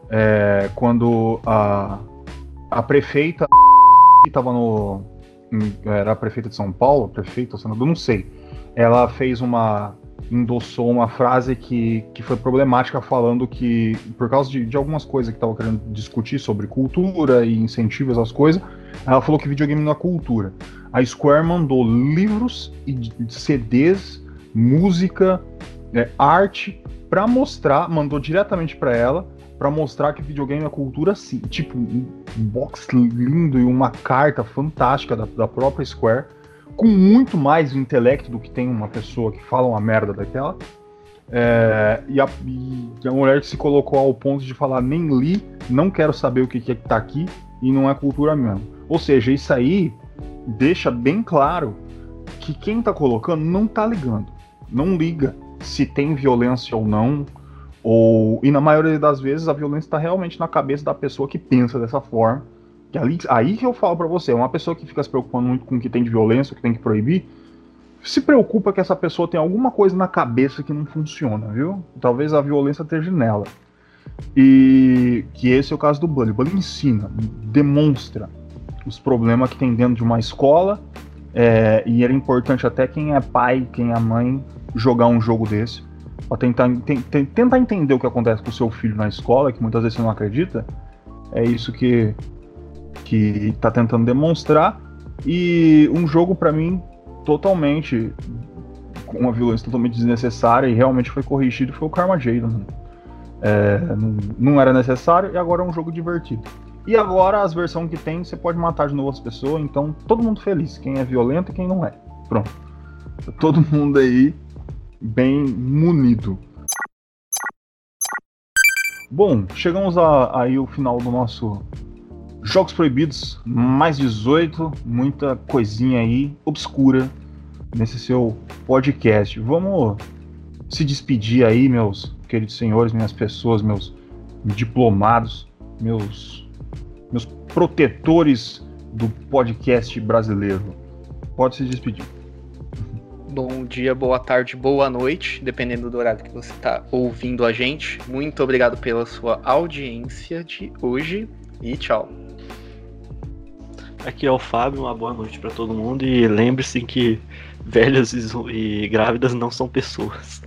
é quando a, a prefeita que estava no era a prefeita de São Paulo, prefeita, senador, não sei. Ela fez uma endossou uma frase que, que foi problemática, falando que por causa de, de algumas coisas que estavam querendo discutir sobre cultura e incentivos às coisas, ela falou que videogame não é cultura. A Square mandou livros e C Ds, música, é, arte, para mostrar, mandou diretamente para ela pra mostrar que videogame é cultura sim. Tipo, um box lindo e uma carta fantástica da, da própria Square, com muito mais intelecto do que tem uma pessoa que fala uma merda daquela. É, e, a, e a mulher que se colocou ao ponto de falar, nem li, não quero saber o que, que é que tá aqui, e não é cultura mesmo. Ou seja, isso aí deixa bem claro que quem tá colocando não tá ligando. Não liga se tem violência ou não, ou, e na maioria das vezes a violência está realmente na cabeça da pessoa que pensa dessa forma. Que ali, aí que eu falo pra você, uma pessoa que fica se preocupando muito com o que tem de violência, o que tem que proibir, se preocupa que essa pessoa tem alguma coisa na cabeça que não funciona, viu? Talvez a violência esteja nela. E que esse é o caso do Bully. O Bully ensina, demonstra os problemas que tem dentro de uma escola, é, e era importante até quem é pai, quem é mãe, jogar um jogo desse, pra tentar, tem, tem, tentar entender o que acontece com o seu filho na escola, que muitas vezes você não acredita. É isso que, que tá tentando demonstrar. E um jogo, pra mim, totalmente com uma violência totalmente desnecessária, e realmente foi corrigido, foi o Carmageddon. É, não, não era necessário, e agora é um jogo divertido. E agora as versões que tem, você pode matar de novo as pessoas, então todo mundo feliz, quem é violento e quem não é. Pronto. Todo mundo aí bem munido. Bom, chegamos a, aí ao final do nosso Jogos Proibidos, mais dezoito, muita coisinha aí obscura nesse seu podcast. Vamos se despedir aí, meus queridos senhores, minhas pessoas, meus diplomados, meus, meus protetores do podcast brasileiro. Pode se despedir. Bom dia, boa tarde, boa noite, dependendo do horário que você está ouvindo a gente. Muito obrigado pela sua audiência de hoje e tchau. Aqui é o Fábio, uma boa noite pra todo mundo, e lembre-se que velhas e, e grávidas não são pessoas.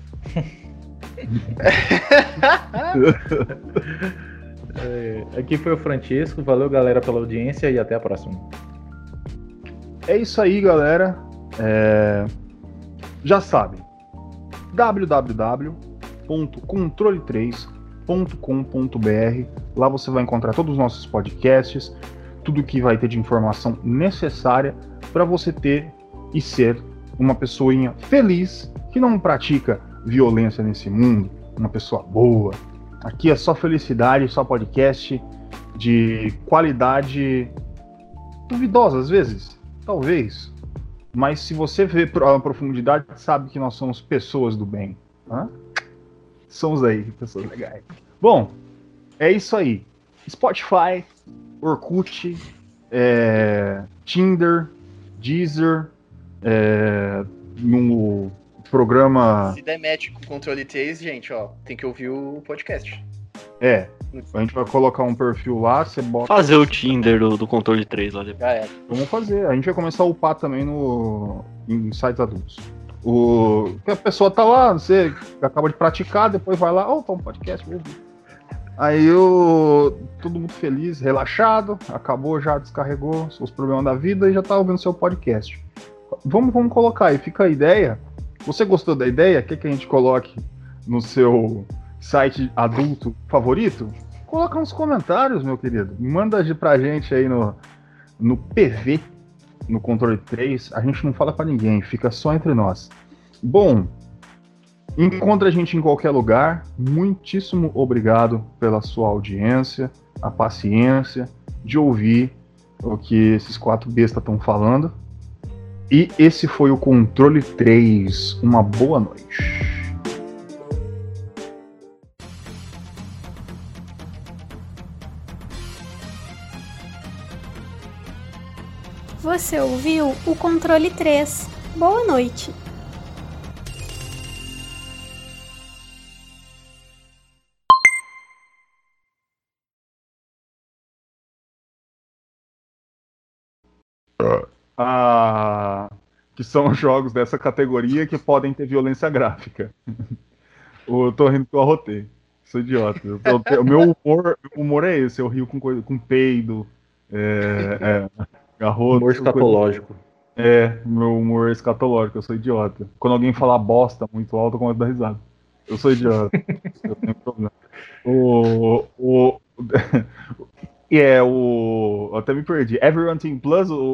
É, aqui foi o Francisco, valeu galera pela audiência e até a próxima. É isso aí, galera. É... Já sabe, w w w ponto controle três ponto com ponto b r. Lá você vai encontrar todos os nossos podcasts, tudo que vai ter de informação necessária para você ter e ser uma pessoinha feliz que não pratica violência nesse mundo, uma pessoa boa. Aqui é só felicidade, só podcast de qualidade duvidosa às vezes, talvez. Mas se você vê a profundidade, sabe que nós somos pessoas do bem. Hã? Somos aí, pessoas legais. Bom, é isso aí. Spotify, Orkut, é, Tinder, Deezer, é, no programa... Se der match com o Controle três, gente, ó, tem que ouvir o podcast. É, a gente vai colocar um perfil lá, você bota... Fazer o Tinder do, do Controle três lá depois. Já é. Vamos fazer. A gente vai começar a upar também no, em sites adultos. O, que a pessoa tá lá, você acaba de praticar, depois vai lá, oh, tá um podcast, vou ouvir. Aí o, todo mundo feliz, relaxado, acabou, já descarregou os problemas da vida e já tá ouvindo seu podcast. Vamos, vamos colocar aí, fica a ideia. Você gostou da ideia? Quer que a gente coloque no seu site adulto favorito? Coloca nos comentários, meu querido. Manda pra gente aí no, no P V, no Controle três. A gente não fala pra ninguém, fica só entre nós. Bom, encontra a gente em qualquer lugar. Muitíssimo obrigado pela sua audiência, a paciência de ouvir o que esses quatro bestas estão falando. E esse foi o Controle três. Uma boa noite. Você ouviu o Controle três. Boa noite. Ah, que são jogos dessa categoria que podem ter violência gráfica. Eu tô rindo que eu arrotei. Sou idiota. Eu tô- o meu humor, meu humor é esse. Eu rio com, coisa, com peido, é, é, arroto. Humor essas coisas. escatológico. É, meu humor é escatológico. Eu sou idiota. Quando alguém fala bosta muito alto, eu começo a dar risada. Eu sou idiota. Eu tenho problema. O. o e é o. Eu até me perdi. Everyone Team Plus, o,